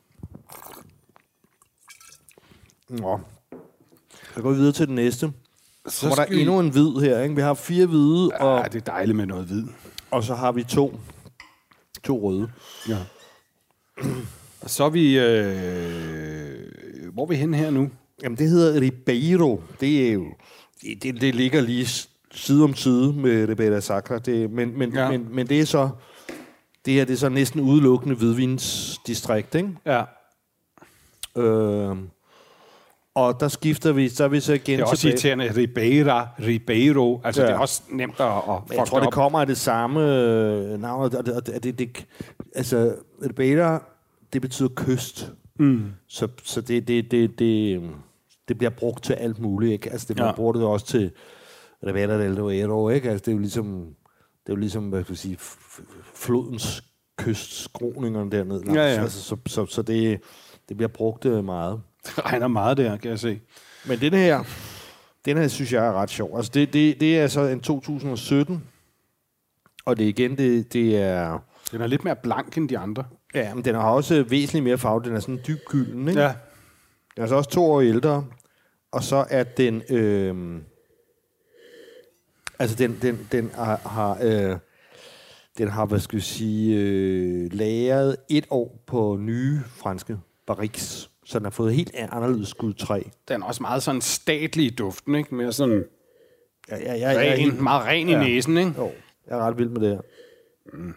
Nå. Jeg går videre til den næste. Så var der vi... endnu en hvid her, ikke? Vi har fire hvide. Ja, og... det er dejligt med noget hvid. Og så har vi to, to røde. Ja. Og så er vi... Øh... Hvor er vi henne her nu? Jamen, det hedder Ribeiro. Det er jo... Det, det, det ligger lige side om side med Ribera Sacra. Det, men, men, ja. men, men det er så... Det her, det er så næsten udelukkende hvidvinsdistrikt, ikke? Ja. Øh, Og der skifter vi, så er vi så igen tilbage. Det er også irriterende, Ribeira, Ribeiro. Altså, ja. Det er også nemt at, at fuck Jeg tror, det, det kommer af det samme øh, navn. Og det, det, det, det, altså, Ribeira, det betyder kyst. Mm. Så, så det, det, det, det, det bliver brugt til alt muligt, ikke? Altså, det bliver ja. brugt det også til Ribeira del Duero, ikke? Altså, det er jo ligesom, det er jo ligesom, hvad skal jeg sige, flodens kystskroningerne dernede. Ja, ja. Altså, så, så, så det, det bliver brugt meget. Det regner meget der, kan jeg se. Men den her, den her synes jeg er ret sjov. Altså det, det, det er så en to tusind og sytten, og det igen, det, det er... Den er lidt mere blank end de andre. Ja, men den har også væsentligt mere farve. Den er sådan dyb gylden, ikke? Ja. Den er så også to år ældre, og så er den... Øh, altså den, den, den har... har øh, den har, hvad skal vi sige, øh, lagret et år på nye franske barriques. Så den har fået helt anderledes skudtræ. Den er også meget sådan statlig i duften, ikke? Mere sådan ja, ja, ja, ren, ja, helt, meget ren i ja, næsen, ikke? Jo, jeg er ret vild med det her. Mm.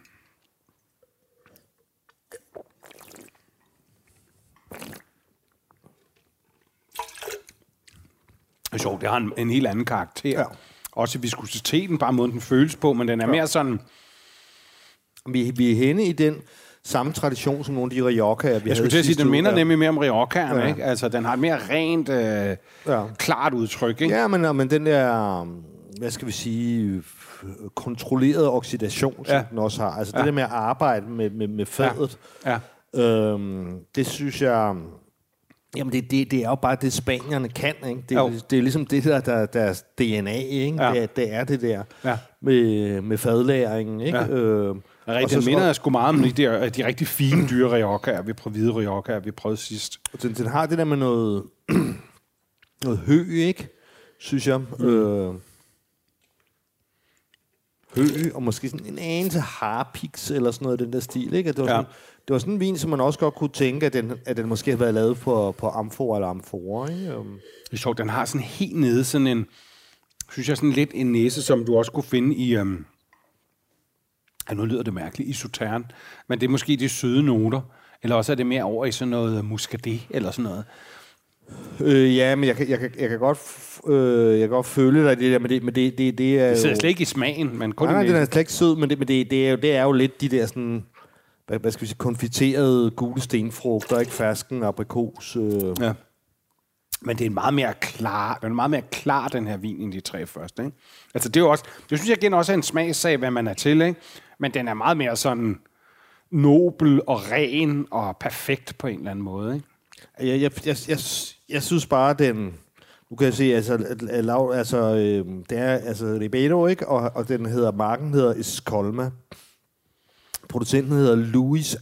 Det er sjovt, det har en, en helt anden karakter. Ja. Også viskositeten, bare måden den føles på, men den er ja. mere sådan... Vi, vi er henne i den... samme tradition som nogle af de Riojaer, vi Jeg skulle til at sige, den minder nemlig mere om Riojaerne, ja. ikke? Altså, den har et mere rent, øh, ja. klart udtryk, ikke? Ja, men, men den der, hvad skal vi sige, kontrolleret oxidation, som ja. den også har. Altså, ja. det der med at arbejde med, med, med fadet, ja. Ja. Øhm, det synes jeg... Jamen, det, det, det er jo bare det, spanierne kan, ikke? Det, det, det er ligesom det der, der deres D N A, ikke? Ja. Det, det er det der ja. med, med fadlæringen, ikke? Ja. Øh, Rigtig, den minder jeg sgu meget om de, der, de rigtig fine dyre Riojaer, vi prøvede hvide Riojaer, vi prøvede sidst. Den, den har det der med noget, noget hø, ikke? Synes jeg. Mm. Øh, hø, og måske sådan en anelse harpiks, eller sådan noget den der stil, ikke? Det var, sådan, ja. det var sådan en vin, som man også godt kunne tænke, at den, at den måske havde været lavet på, på amfor eller amforer, ikke? Det er sjovt, den har sådan helt nede sådan en, synes jeg, sådan lidt en næse, som du også kunne finde i... Um Ja, nu lyder det mærkeligt, i Sauternes, men det er måske de søde noter, eller også er det mere over i sådan noget muscadet, eller sådan noget. Øh, ja, men jeg kan, jeg kan, jeg kan godt, øh, jeg kan godt føle dig i det der, men det, men det, det, det er det sidder jo... slet ikke i smagen, men kun nej, i nej, den er slet ikke sød, men det, men det, det, er jo, det er jo lidt de der sådan, hvad, hvad skal vi sige, konfiterede gule stenfrugter, ikke fersken, aprikos. Øh. Ja. Men det er en meget mere klar, den er meget mere klar, den her vin, end de tre første, ikke? Altså, det er jo også, det synes jeg igen også er en smagssag, hvad man er til, ikke? Men den er meget mere sådan nobel og ren og perfekt på en eller anden måde, ikke? Jeg, jeg, jeg, jeg, jeg synes bare, den... Nu kan jeg se, altså, altså øh, det er altså Ribeiro, ikke? Og, og den hedder, marken hedder Escolma. Producenten hedder Luis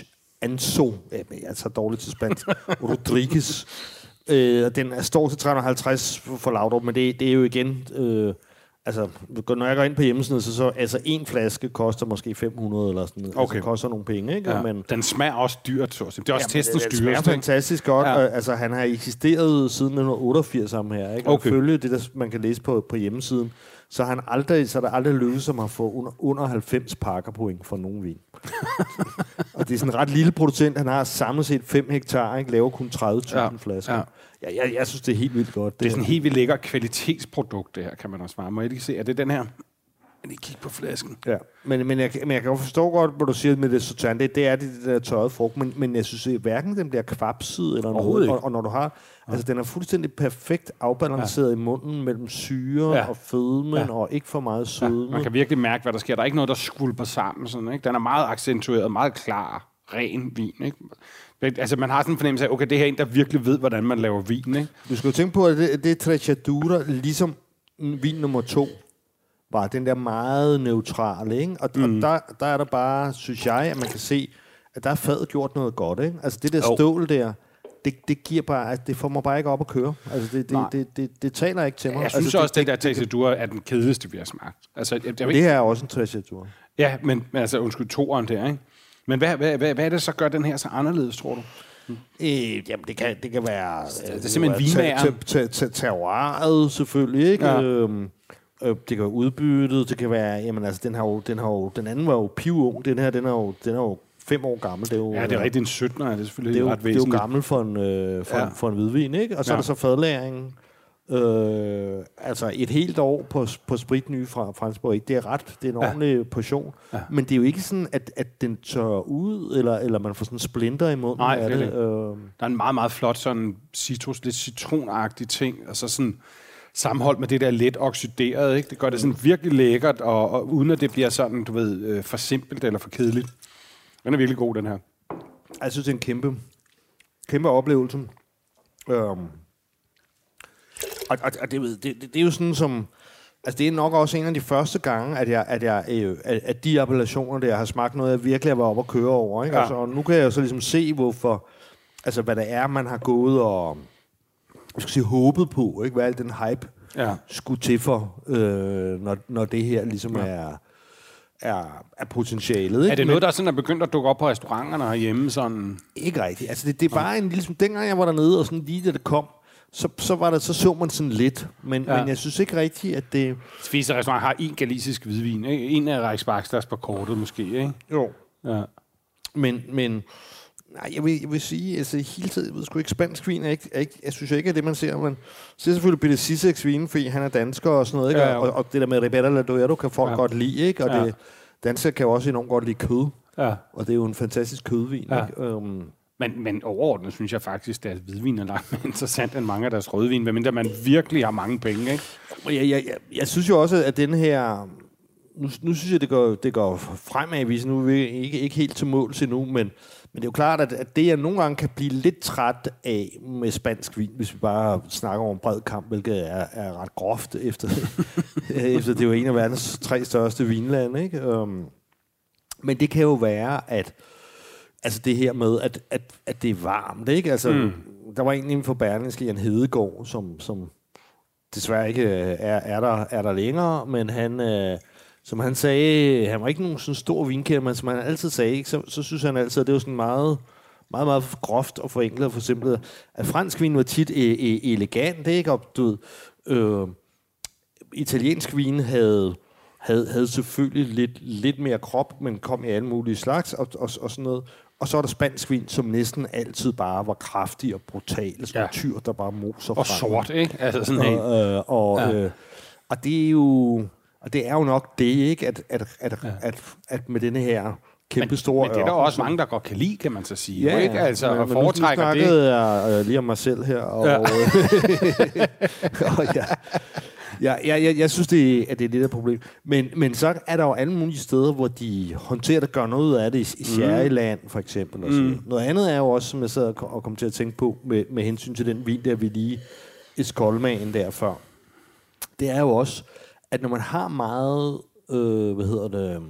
Anzo. Ja, jeg er så dårligt til spansk. Rodriguez. Øh, den er, står til tre hundrede og halvtreds for Laudrup, men det, det er jo igen... Øh, altså, når jeg går ind på hjemmesiden, så, så altså en flaske koster måske fem hundrede eller sådan noget. Okay. Altså, koster nogle penge, ikke? Ja. Men, den smager også dyrt, så det er også ja, testens dyrt. dyrt. Det smager fantastisk godt. Ja. Altså, han har eksisteret siden nitten otteogfirs sammen her, ikke? Okay. Og følge det, der man kan læse på, på hjemmesiden, så han aldrig, så er der aldrig lykkedes som at få under, under halvfems pakkerpoint for nogen vin. Og det er sådan en ret lille producent. Han har samlet set fem hektar, ikke? Laver kun tredive tusind ja. flasker. Ja. Ja, jeg, jeg synes, det er helt vildt godt. Det, det er sådan en helt vildt lækker kvalitetsprodukt, det her, kan man også svare. Må jeg lige se, er det den her? Men lige kigge på flasken. Ja, men, men, jeg, men jeg kan jo forstå godt, hvad du siger med det Sauternes. Det, det er det, det der tørrede frugt, men, men jeg synes, at hverken den bliver kvapset eller noget. Og, og når du har... Ja. Altså, den er fuldstændig perfekt afbalanceret ja. i munden mellem syre ja. og fødmen, ja. og ikke for meget sødme. Ja. Man kan virkelig mærke, hvad der sker. Der er ikke noget, der skvulper sammen. Sådan, ikke? Den er meget accentueret, meget klar, ren vin, ikke? Altså, man har sådan en fornemmelse af, okay, det her er en, der virkelig ved, hvordan man laver vin, ikke? Du skal jo tænke på, at det, det er Trecciatura, ligesom vin nummer to, var den der meget neutrale, ikke? Og, mm. og der, der er der bare, synes jeg, at man kan se, at der er fadet gjort noget godt, ikke? Altså, det der oh. stål der, det, det giver bare, det får mig bare ikke op at køre. Altså, det, det, det, det, det taler ikke til mig. Jeg synes altså, også, det, det der Trecciatura er den kedeligste, vi har smagt. Altså, jeg, jeg det ikke... her er også en Trecciatura. Ja, men altså, undskyld, toeren der, ikke? Men hvad, hvad, hvad, hvad er det, så gør den her så anderledes, tror du? Mm. Øh, jamen, det kan, det kan være... Det, det er simpelthen vinmageren. Terroiret, selvfølgelig, ikke? Ja. Øhm, øh, det kan være udbyttet, det kan være... Jamen, altså, den, har jo, den, har jo, den anden var jo pivung, den her, den er jo, den er jo fem år gammel. Det er jo, ja, det er rigtig en syttener, det er selvfølgelig det er jo, ret væsentligt. Det er jo gammel for en, øh, for, ja. en, for en hvidvin, ikke? Og så ja. er der så fadlæringen. Øh, altså et helt år på, på spritny fra Franskborg, det er ret, det er en ja. ordentlig portion. Ja. Men det er jo ikke sådan, at, at den tørrer ud, eller, eller man får sådan splinter i munden. Nej, af det, det. Øh. Der er en meget, meget flot sådan citrus, lidt citronagtig ting, og så sådan sammenholdt med det der let oxideret, ikke? Det gør det sådan virkelig lækkert, og, og uden at det bliver sådan, du ved, øh, for simpelt eller for kedeligt. Den er virkelig god, den her. Jeg synes, det er en kæmpe, kæmpe oplevelse. Øhm. Og, og, og det, det, det, det er jo sådan som... Altså, det er nok også en af de første gange, at jeg, at jeg øh, at de appellationer, der jeg har smagt noget, jeg virkelig har været oppe at køre over. Ikke? Ja. Altså, og nu kan jeg jo så ligesom se, hvorfor... Altså, hvad det er, man har gået og... Jeg skal sige, håbet på, ikke? Hvad al den hype ja. skulle til for, øh, når, når det her ligesom ja. er... Er, er potentialet. Ikke? Er det noget, der sådan er begyndt at dukke op på restauranterne herhjemme? Sådan? Ikke rigtigt. Altså, det, det er bare en lille... Dengang jeg var dernede, og sådan lige da det kom, Så, så var der så så man sådan lidt, men, ja. men jeg synes ikke rigtigt, at det... Spiserestaurant har en galicisk hvidvin, ikke? En af Reichsbachsters på kortet måske, ikke? Jo. Ja. Men, men nej, jeg vil, jeg vil sige, altså hele tiden, jeg ved sgu ikke, spansk vin er ikke, er ikke, jeg synes ikke, at det man ser, man ser selvfølgelig Peter Siseks vin, fordi han er dansker og sådan noget, ikke? Ja, og, og det der med Ribera La Duero kan folk ja. godt lide, ikke? Og ja. det, danskere kan jo også enormt godt lide kød, ja. og det er jo en fantastisk kødvin, ja. ikke? Um, Men, men overordnet synes jeg faktisk, at hvidvin er langt mere interessant end mange af deres rødvin, medmindre man virkelig har mange penge, ikke? Jeg, jeg, jeg, jeg synes jo også, at den her... Nu, nu synes jeg, det går, det går fremad, hvis nu er vi ikke, ikke helt til måls endnu, men, men det er jo klart, at, at det, jeg nogle gange kan blive lidt træt af med spansk vin, hvis vi bare snakker om bred kamp, hvilket er, er ret groft, efter, efter det er jo en af verdens tre største vinlande, ikke? Um, men det kan jo være, at altså det her med, at, at, at det er varmt, ikke? Altså, mm. der var en inden for Berlingske, Jan Hedegaard, som, som desværre ikke er, er, der, er der længere, men han, øh, som han sagde, han var ikke nogen sådan stor vinkender, men som han altid sagde, ikke? Så, så synes han altid, at det var sådan meget, meget, meget groft og forenklet og for simpelt, at fransk vin var tit e- e- elegant, ikke? Og du ved, øh, italiensk vin havde... Havde, havde selvfølgelig lidt, lidt mere krop, men kom i alle mulige slags og, og, og sådan noget. Og så er der spansk vin, som næsten altid bare var kraftig og brutal. Sådan ja. en tyr, der bare moser og frem. Og sort, ikke? Altså sådan og, øh, og, ja. øh, og det er jo og det er jo nok det, ikke? At, at, at, ja. at, at med denne her kæmpe store... Men, men det er der også mange, der godt kan lide, kan man så sige. Ja, ikke? Altså, men, og men foretrækker nu snakkede jeg øh, lige om mig selv her. Og, ja. og ja. Ja, jeg, jeg, jeg synes, det er, at det er det der problem. Men, men så er der jo alle mulige steder, hvor de håndterer det, gør noget af det, i, i Sherryland for eksempel. Og mm. Noget andet er jo også, som jeg sad og kom til at tænke på, med, med hensyn til den vin, der vi lige skålmagen der før. Det er jo også, at når man har meget, øh, hvad hedder det,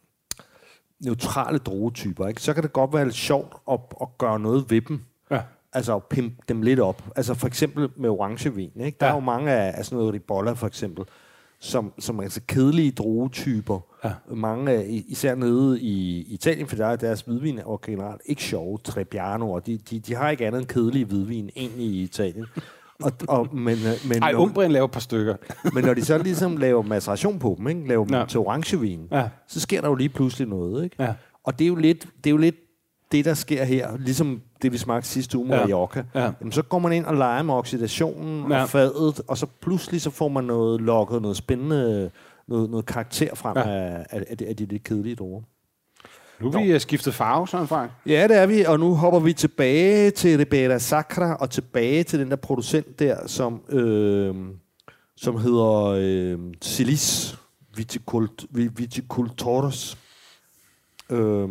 neutrale druetyper, ikke, så kan det godt være lidt sjovt at, at gøre noget ved dem. Ja. Altså at pimpe dem lidt op. Altså for eksempel med orangevin, ikke? Der ja. er jo mange af, af sådan noget Ribolla for eksempel, som, som er altså kedelige druetyper. Ja. Mange af, især nede i Italien, for der er deres hvidvin og generelt ikke sjove, Trebbiano, og de, de, de har ikke andet end kedelige hvidvin egentlig i Italien. Og, og, men, men, Ej, Umbrien laver et par stykker. Men når de så ligesom laver maceration på dem, ikke? Laver dem ja. til orangevin, ja. så sker der jo lige pludselig noget, ikke? Ja. Og det er jo lidt, det er jo lidt det, der sker her, ligesom det, vi smagte sidste uge med Mallorca. Ja. Jamen, så går man ind og leger med oxidationen ja. og fadet, og så pludselig så får man noget lokket, noget spændende, noget, noget karakter frem ja. af, af, af, de, af de lidt kedelige druer. Nu er vi Nå. skiftet farve, sådan faktisk. Ja, det er vi, og nu hopper vi tilbage til Ribera Sacra, og tilbage til den der producent der, som, øh, som hedder øh, Celis Vitikult, Viticultores. Øh,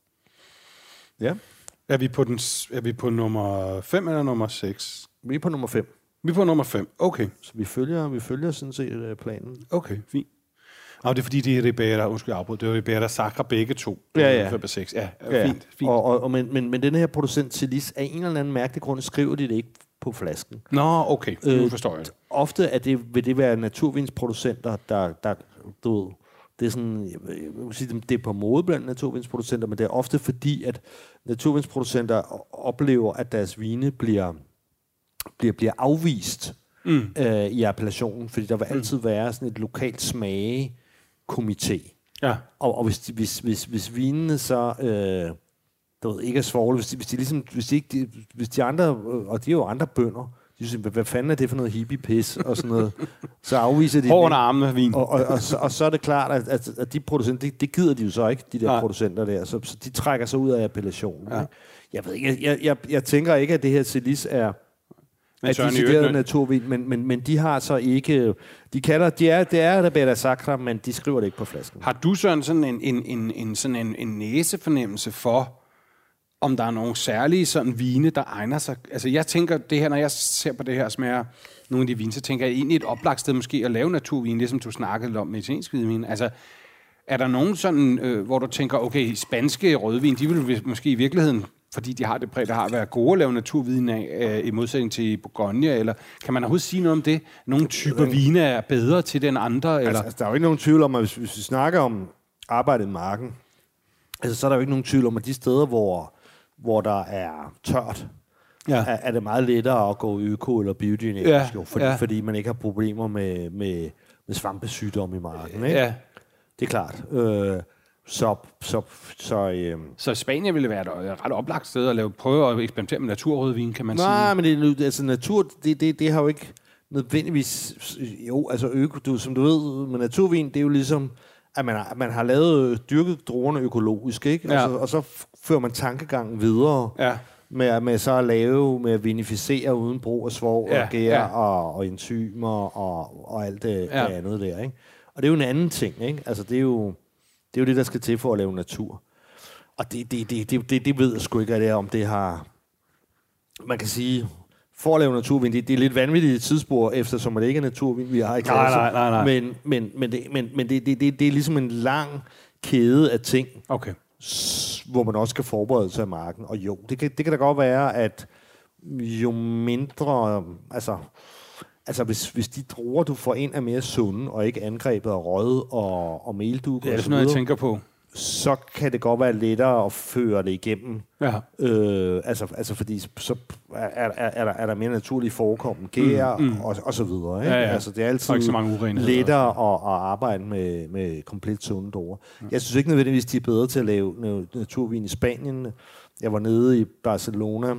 Ja. Er vi på den er vi på nummer fem eller nummer seks? Vi er på nummer fem. Vi er på nummer fem. Okay. Så vi følger vi følger sådan set planen. Okay, fint. Og det er fordi det er Ribera, undskyld afbrud, det er Ribera Sacra begge to. Ja, ja. fem og seks. Ja, ja, fint, fint. Og, og, og men men men den her producent Celis af en eller anden mærkelig grund skriver de det ikke på flasken. Nå, okay. Nu øh, forstår jeg det. Ofte er det vil det være naturvinsproducenter der der du ved, det er sådan, jeg vil sige, det er på mode blandt naturvinsproducenter, men det er ofte fordi, at naturvinsproducenter oplever, at deres vine bliver, bliver, bliver afvist mm. øh, i appellationen, fordi der vil altid mm. være sådan et lokalt smagekomité. Ja. Og, og hvis, hvis, hvis, hvis vinene så øh, du ved, ikke er svovle, hvis de, hvis de ligesom, hvis de ikke, de, hvis de andre, og de er jo andre bønder, de synes, hvad fanden er det for noget hippie-pis, og sådan noget, så afviser de... Hården arme vin. Og, og, og, så, og så er det klart, at, at, at de producenter, det, det gider de jo så ikke, de der Nej. producenter der, så, så de trækker sig ud af appellationen. Ja. Jeg ved ikke, jeg, jeg, jeg tænker ikke, at det her Celis er... Men at de studerede naturvin, men, men, men de har så ikke... De kalder, de er, det er Ribera Sacra, men de skriver det ikke på flasken. Har du sådan, sådan en, en, en, en, sådan en, en næsefornemmelse for, om der er nogle særlige sådan vine, der egner sig? Altså jeg tænker, det her, når jeg ser på det her smager nogle af de vine, så tænker jeg egentlig et oplagt sted måske at lave naturvin, ligesom du snakkede om med italiensk hvidvin. Altså er der nogen sådan, øh, hvor du tænker, okay, spanske rødvin, de vil måske i virkeligheden, fordi de har det præg, der har været gode at lave naturviden af, øh, i modsætning til Bourgogne, eller kan man overhovedet sige noget om det? Nogle typer øh, vine er bedre til den andre? Eller? Altså, altså, der er jo ikke nogen tvivl om, at hvis, hvis vi snakker om arbejdet i marken, altså, så er der jo ikke nogen tvivl om, at de steder, hvor, hvor der er tørt, ja. er, er det meget lettere at gå øko eller biogenetisk, ja. jo, fordi, ja. fordi man ikke har problemer med, med, med svampesygdom i marken. Ikke? Ja. Det er klart. Øh, Så, så, så, øhm. så Spanien ville være et ret oplagt sted at lave, prøve at eksperimentere med naturrødvin, kan man Nej, sige. Nej, men det, altså natur, det, det, det har jo ikke nødvendigvis... Jo, altså øko, du, som du ved, med naturvin, det er jo ligesom, at man har, man har lavet dyrket druerne økologisk, ikke? Ja. Og, så, og så fører man tankegangen videre ja. med, med så at lave, med at vinificere uden brug af svovl ja. og gær ja. og, og enzymer og, og alt det, ja. det andet der, ikke? Og det er jo en anden ting, ikke? Altså det er jo... Det er jo det, der skal til for at lave natur. Og det, det, det, det, det, det ved jeg sgu ikke, at det er, om det har... Man kan sige, for at lave naturvin, det, det er lidt vanvittigt tidsspor, eftersom det ikke er naturvin, vi har i klasse. Nej, nej, nej, nej. Men, men, men, det, men, men det, det, det, det er ligesom en lang kæde af ting, okay. s- hvor man også skal forberede sig af marken. Og jo, det kan, det kan da godt være, at jo mindre... Altså, Altså, hvis, hvis de druer, du får ind, er mere sunde, og ikke angrebet af rød og, og meldug, ja, det er sådan noget, jeg tænker på. Så kan det godt være lettere at føre det igennem. Ja. Øh, altså, altså, fordi så er, er, er, der, er der mere naturlige forekommen gær mm, mm. og, og så videre. Ikke? Ja, ja. Altså, det er altid så mange lettere at, at arbejde med, med komplet sunde druer. Ja. Jeg synes ikke nødvendigvis, de er bedre til at lave naturvin i Spanien. Jeg var nede i Barcelona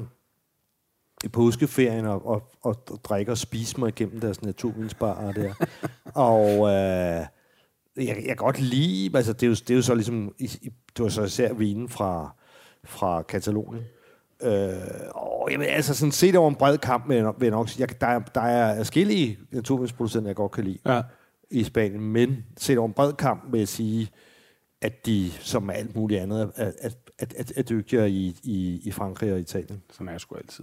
i påskeferien og, og, og, og drikke og spise mig igennem deres naturvinsbarer der. og øh, jeg, jeg kan godt lide, altså det er jo, det er jo så ligesom, i, i, det var så især vinen fra, fra Katalonien. Øh, og jeg vil altså sådan set over en bred kamp med, vil jeg nok sige, jeg, der, er, der er forskellige naturvinsproducenter, jeg godt kan lide ja. i Spanien, men set over en bred kamp vil jeg sige, at de, som alt muligt andet, er, er, er, er, er dygtigere i, i, i Frankrig og Italien. Sådan er jeg sgu altid.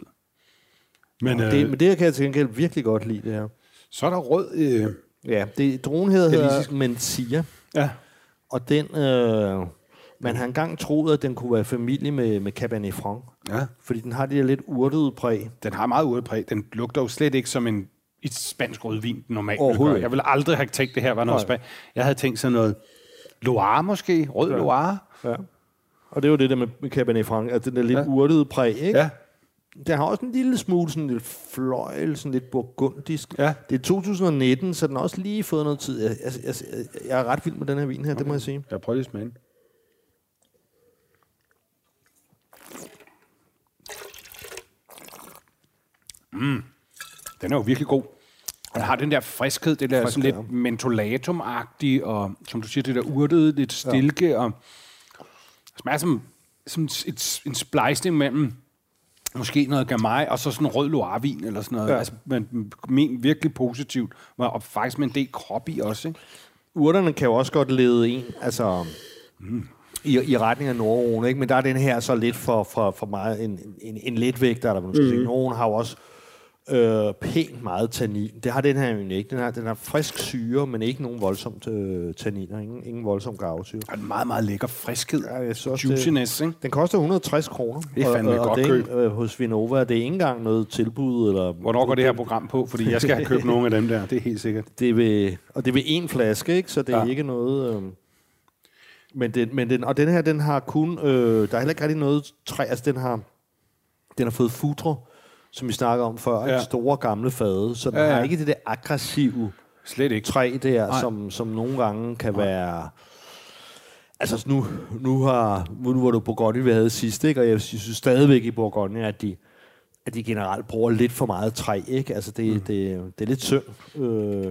Men, øh, det, men det her kan jeg til gengæld virkelig godt lide, det her. Så er der rød... Øh, ja, det, druen hedder, hedder Mencia. Ja. Og den... Øh, man har engang troet, at den kunne være familie med, med Cabernet Franc. Ja. Fordi den har det der lidt urtede præg. Den har meget urtet præg. Den lugter jo slet ikke som en et spansk rødvin normalt vil gøre. Jeg ville aldrig have tænkt, det her var noget spansk. Jeg havde tænkt sådan noget Loire måske. Rød ja. Loire. Ja. Og det er jo det der med Cabernet Franc, at den der lidt ja. urtede præg, ikke? Ja. Den har også en lille smule, sådan lidt fløjl, sådan lidt burgundisk. Ja. Det er to tusind nitten, så den har også lige fået noget tid. Jeg, jeg, jeg, jeg er ret vild med den her vin her, okay. Det må jeg sige. Jeg prøver lige at smage. Mm. Den er jo virkelig god. Den har den der friskhed, det der sådan lidt mentolatum-agtige, og som du siger, det der urtede, lidt stilke, ja. Og smager som, som et, en splejsning mellem måske noget gamay, og så sådan en rød Loire-vin, eller sådan noget. Ja. Altså, men, men virkelig positivt, og faktisk med en del krop i også, ikke? Urterne kan jo også godt lede en, altså... Mm. I, i retning af Nordrone, ikke? Men der er den her så lidt for, for, for meget en, en, en letvægter, der man skal mm. sige. Nordrone har jo også øh, pænt meget tannin. Det har den her jo ikke. Den har, den har frisk syre, men ikke nogen voldsomt øh, tanniner. Ingen, ingen voldsom garvesyre. Og en meget, meget lækker friskhed. Ja, jeg synes, juiciness, ikke? Den koster et hundrede og tres kroner. Det er fandme og, godt og køb. Øh, hos Vinova. Det er ikke engang noget tilbud. Eller, hvornår går det her program på? Fordi jeg skal have købt nogle af dem der. Det er helt sikkert. Det vil, og det vil en flaske, ikke? Så det er ja. ikke noget... Øh, Men den, men den, og den her, den har kun, øh, der er heller ikke rigtig noget træ, altså den har, den har fået futre, som vi snakker om før, ja. Store gamle fade, så den ja, ja. har ikke det der aggressive slet ikke. træ der, som, som nogle gange kan Nej. være, Altså, nu, nu, har, nu var du Bourgogne, vi havde sidst, ikke? Og jeg synes stadigvæk i Bourgogne, at de, at de generelt bruger lidt for meget træ, ikke? Altså, det, mm. det, det er lidt synd. Øh.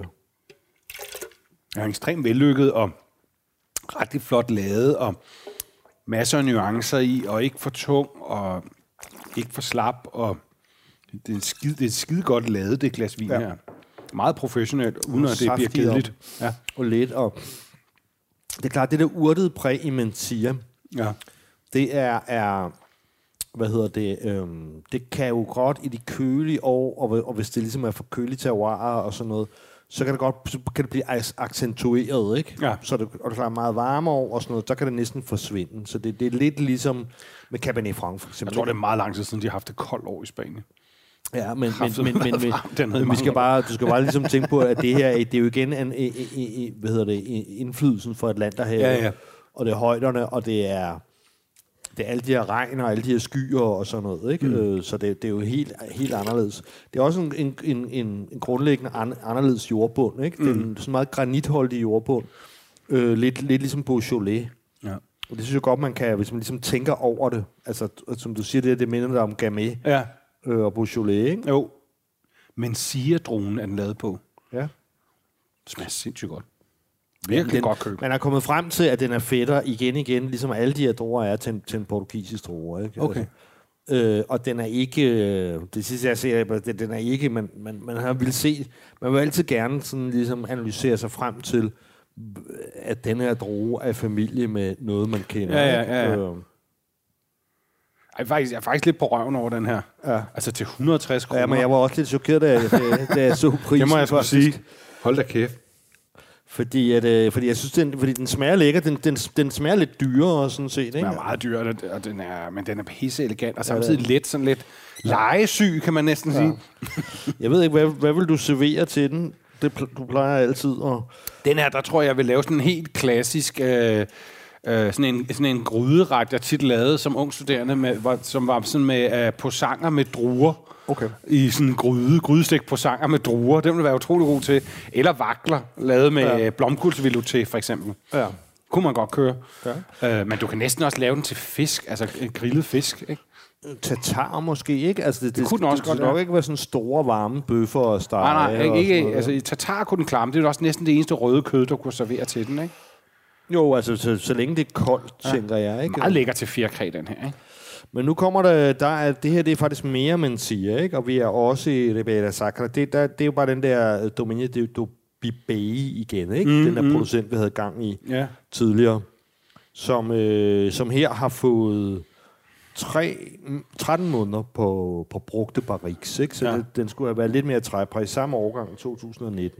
Jeg er ekstremt vellykket og rigtig flot lavet, og masser af nuancer i, og ikke for tung, og ikke for slap, og det er skide, det er skide godt lavet, det glas vin ja. her. Meget professionelt, uden at det bliver kedeligt. Ja. Og let, og det er klart, det der urtede præg i Mencia, ja. det er, er, hvad hedder det, øhm, det kan jo godt i de kølige år, og, og hvis det ligesom er for kølige terroirer og sådan noget, så kan det godt så kan det blive accentueret, ikke? Ja. Så det, og det er meget varme år og sådan noget, så kan det næsten forsvinde. Så det, det er lidt ligesom med Cabernet Franc, for eksempel. Jeg tror, det er meget lang tid siden, de har haft det koldt år i Spanien. Ja, men, men, men, men, men, men vi skal bare, du skal bare ligesom tænke på, at det her, det er jo igen en, en, en, hvad hedder det, indflydelsen for Atlanterhavet, ja, ja. og det er højderne, og det er, det er alle de her regn og alle de her skyer og sådan noget, ikke? Mm. Så det, det er jo helt, helt anderledes. Det er også en, en, en, en, en grundlæggende an, anderledes jordbund, ikke? Mm. Det er sådan meget granitholdig jordbund, øh, lidt, lidt ligesom Beaujolais. Ja. Og det synes jeg godt, man kan, hvis man ligesom tænker over det. Altså, som du siger, det, det minder dig om Gamay. Ja. Og Beaujolais, ikke? Jo. Men Mencia-druen er den lavet på. Ja. Det smager sindssygt godt. Virkelig den, godt køb. Man er kommet frem til, at den er fætter igen igen, ligesom alle de her druer er til en, til en portugisisk druer, ikke? Okay. Altså, øh, og den er ikke, øh, det sidste jeg ser, den, den er ikke, man, man, man har vil se, man vil altid gerne sådan ligesom analysere sig frem til, at den her drue er familie med noget, man kender. Ja, ja, ja. ja. Øh, Jeg er, faktisk, jeg er faktisk lidt på røven over den her. Ja. Altså til et hundrede og tres kroner. Ja, men jeg var også lidt chokeret, da jeg, da jeg så prisen. Det må jeg faktisk sige. Hold da kæft. Fordi, at, øh, fordi jeg synes, den, fordi den smager lækker. Den, den, den smager lidt dyrere, sådan set. Ikke? Den er meget dyrere, og den er, men den er pisse elegant, og samtidig ja, let, sådan lidt legesyg, kan man næsten ja. sige. Jeg ved ikke, hvad, hvad vil du servere til den? Det, du plejer altid at... Den her, der tror jeg, jeg vil lave sådan en helt klassisk... Øh, Øh, sådan, en, sådan en gryderet, jeg tit lavede som ung studerende, med, hvor, som var sådan med uh, posanger med druer. Okay. I sådan en gryde, grydestik posanger med druer. Det ville være utrolig god til. Eller vakler, lavet med ja. blomkålsvelouté, for eksempel. Ja. Kunne man godt køre. Ja. Uh, men du kan næsten også lave den til fisk, altså en grillet fisk, ikke? Tatar måske, ikke? Altså, det, det, det kunne den også det, godt, det ja. nok ikke være sådan store, varme bøffer og stege. Nej, nej, ikke, ikke, altså i tatar kunne den klare, det er også næsten det eneste røde kød, du kunne servere til den, ikke? Jo, altså så, så længe det er koldt, ja. tænker jeg, ikke? Meget lækker til fjerkræ, den her, ikke? Men nu kommer der, der er, det her det er faktisk mere Mencia, ikke? Og vi er også i Ribera Sacra. Det, der, det er jo bare den der Dominio du Bibei igen, ikke? Mm, den der mm. producent, vi havde gang i ja. tidligere. Som, øh, som her har fået tre, tretten måneder på, på brugte barriques, ikke? Så ja. det, den skulle have været lidt mere træpræg i samme årgang i to tusind nitten.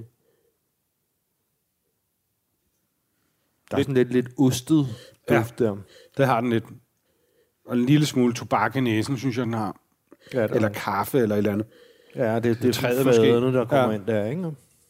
Der er sådan lidt, lidt ostet duft ja, der. Det har den lidt. Og en lille smule tobak i næsen, synes jeg, den har. Ja, eller kaffe, eller et eller andet. Ja, det, det, det er træet måske, der kommer ja. ind der, ikke?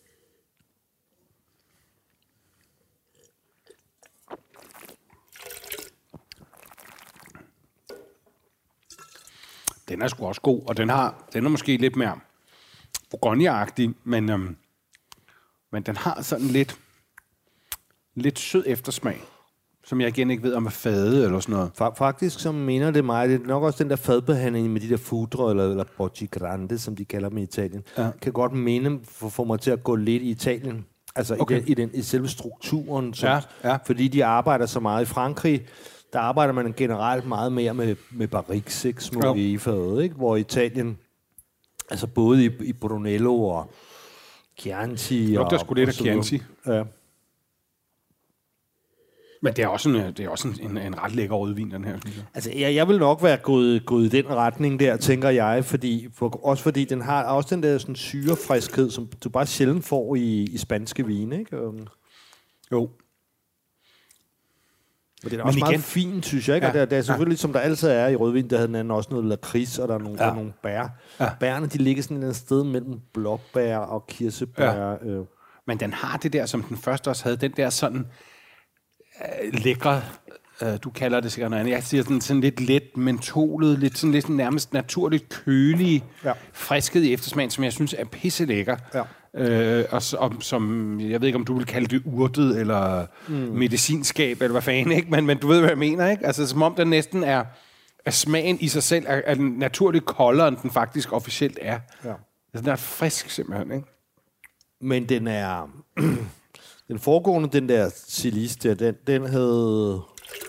Den er sgu også god, og den har, den er måske lidt mere Bourgogne-agtig, men, øhm, men den har sådan lidt... lidt sød eftersmag, som jeg igen ikke ved om er fade eller sådan noget. Faktisk, som mener det mig, det er nok også den der fadbehandling med de der fudre, eller, eller bocci grande, som de kalder dem i Italien, ja. kan godt mene for, for mig til at gå lidt i Italien. Altså okay. i, den, i, den, i selve strukturen. Som, ja, ja. Fordi de arbejder så meget i Frankrig, der arbejder man generelt meget mere med, med barriques, ikke? Små i fadet, ikke? Hvor i Italien, altså både i, i Brunello og Chianti. Lugter sgu lidt af Chianti. Ja. Men det er også en, det er også en, en, en ret lækker rødvin, den her, synes jeg. Altså, jeg, jeg vil nok være gået, gået i den retning der, tænker jeg, fordi, for, også fordi den har også den der sådan syrefriskhed, som du bare sjældent får i, i spanske vine, ikke? Um, jo. Men det er også igen, meget fint, synes jeg, ikke? Ja, og der, der er selvfølgelig, ja. som der altid er i rødvin, der havde den anden også noget lakrids, og der er nogle, ja. der er nogle bær. Ja. Bærene, de ligger sådan et sted mellem blåbær og kirsebær. Ja. Øh. Men den har det der, som den første også havde, den der sådan... lækre, øh, du kalder det sikkert noget andet. Jeg siger sådan, sådan lidt let mentolet, lidt sådan lidt sådan nærmest naturligt kølige, ja. frisket i eftersmagen, som jeg synes er pisse lækker. Øh, og, og som, jeg ved ikke, om du vil kalde det urtet, eller mm. medicinskab, eller hvad fanden, ikke? Men, men du ved, hvad jeg mener, ikke? Altså, som om den næsten er, at smagen i sig selv er, er naturligt koldere, end den faktisk officielt er. Ja. Altså, den er frisk, simpelthen, ikke? Men den er... den foregående, den der Silice der, den, den havde...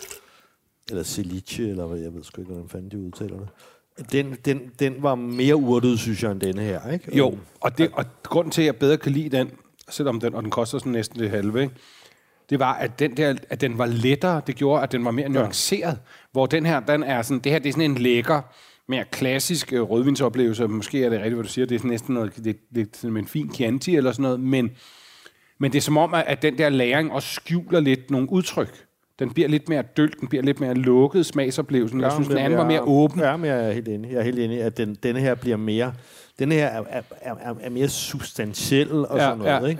Eller Silice, eller hvad, jeg ved sgu ikke, hvordan fanden de udtaler det. Den, den, den var mere urtet, synes jeg, end denne her, ikke? Jo, og, det, og grunden til, at jeg bedre kan lide den, selvom den, og den koster sådan næsten det halve, ikke? Det var, at den der, at den var lettere. Det gjorde, at den var mere nuanceret. Ja. Hvor den her, den er sådan, det her, det er sådan en lækker, mere klassisk øh, rødvinsoplevelse. Måske er det rigtigt, hvad du siger. Det er sådan næsten noget, det, det, det er en fin Chianti eller sådan noget. Men, men det er som om, at den der lagring også skjuler lidt nogle udtryk. Den bliver lidt mere dølt, den bliver lidt mere lukket smagsoplevelsen. Jeg synes, den anden var mere åben. Ja, men jeg er helt enig. Jeg er helt enig, at den, denne her bliver mere... Denne her er, er, er, er mere substantiel og ja, sådan noget, ja, ikke?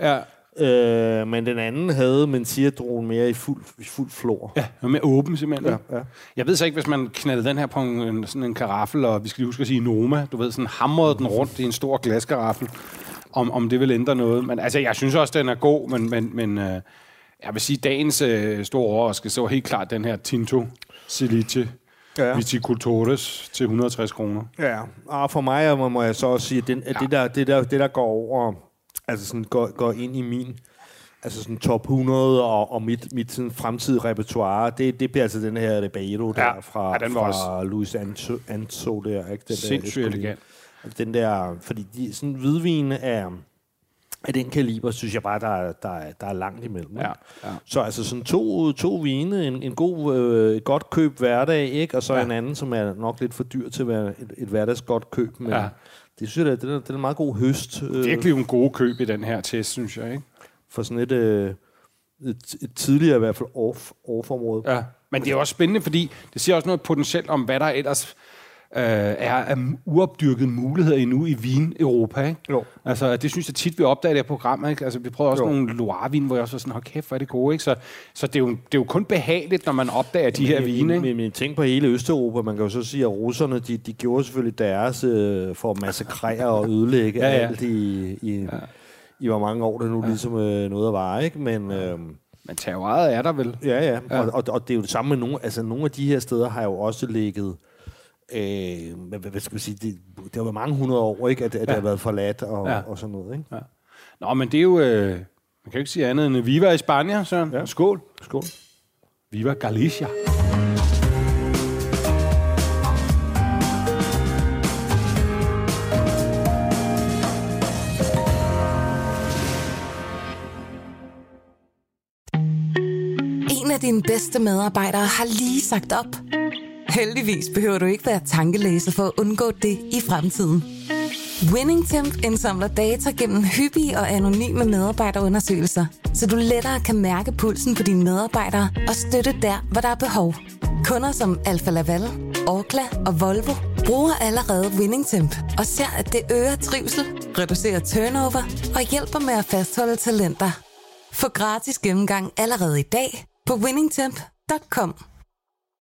Ja. Øh, men den anden havde Mencia-druen mere i fuld, i fuld flor. Ja, og mere åben simpelthen. Ja, ja. Jeg ved så ikke, hvis man knaldede den her på en, sådan en karaffel, og vi skal lige huske at sige Noma, du ved, sådan hamrede den rundt i en stor glaskaraffel, om, om det vil ændre noget. Men altså, jeg synes også, den er god, men... men, men øh, jeg vil sige, dagens øh, store overraskelse var helt klart den her Tinto Silice ja. Viticultores til et hundrede og tres kroner. Ja, og for mig må jeg så også sige, at, den, at ja. det, der, det, der, det der går over, altså sådan går, går ind i min, altså sådan top hundrede og, og mit, mit sådan fremtidige repertoire, det, det bliver altså den her Ribeiro der ja. fra, ja, fra også... Luis Anso, Anso der, ikke? Den sindssygt elegant. Den der, fordi de, sådan hvidvine er... af den kaliber, synes jeg bare, der er, der er, der er langt imellem. Ja, ja. Så altså sådan to, to vine, en, en god, øh, et godt køb hverdag, ikke? Og så ja. en anden, som er nok lidt for dyr til at være et, et hverdags godt køb. Men ja. det synes jeg, det er, det er en meget god høst. Øh, Virkelig en god køb i den her test, synes jeg, ikke? For sådan et, øh, et, et tidligere i hvert fald off, off-område. Ja, men det er også spændende, fordi det siger også noget potentielt om, hvad der ellers... Øh, er af uopdyrkede muligheder endnu i vin-Europa, ikke? Jo. Altså, det synes jeg tit, vi opdager i det her program, ikke? Altså, vi prøver også jo. nogle Loire-vin, hvor jeg også var sådan, hold kæft, hvor er det gode, ikke? Så, så det, er jo, det er jo kun behageligt, når man opdager de her vine, ikke? Men, men tænk på hele Østeuropa. Man kan jo så sige, at russerne, de, de gjorde selvfølgelig deres øh, for at massakrere og ødelægge ja, ja. alt i, i, ja. i hvor mange år det nu ja. ligesom øh, noget at vare, ikke? Men... Øh, Men terroiret er der vel? Ja, ja. ja. Og, og, og det er jo det samme med nogle... Altså, nogle af de her steder har jo også ligget... Øh, hvad, hvad skal vi sige, det, det har været mange hundrede år, ikke, at, at ja. det har været forladt og, ja. og sådan noget, ikke? Ja. Nå, men det er jo, øh, man kan jo ikke sige andet end Viva i Spanien, Søren. Ja. Skål. Skål. Viva Galicia. En af dine bedste medarbejdere har lige sagt op. Heldigvis behøver du ikke være tankelæser for at undgå det i fremtiden. WinningTemp indsamler data gennem hyppige og anonyme medarbejderundersøgelser, så du lettere kan mærke pulsen på dine medarbejdere og støtte der, hvor der er behov. Kunder som Alfa Laval, Orkla og Volvo bruger allerede WinningTemp og ser, at det øger trivsel, reducerer turnover og hjælper med at fastholde talenter. Få gratis gennemgang allerede i dag på winningtemp punktum com.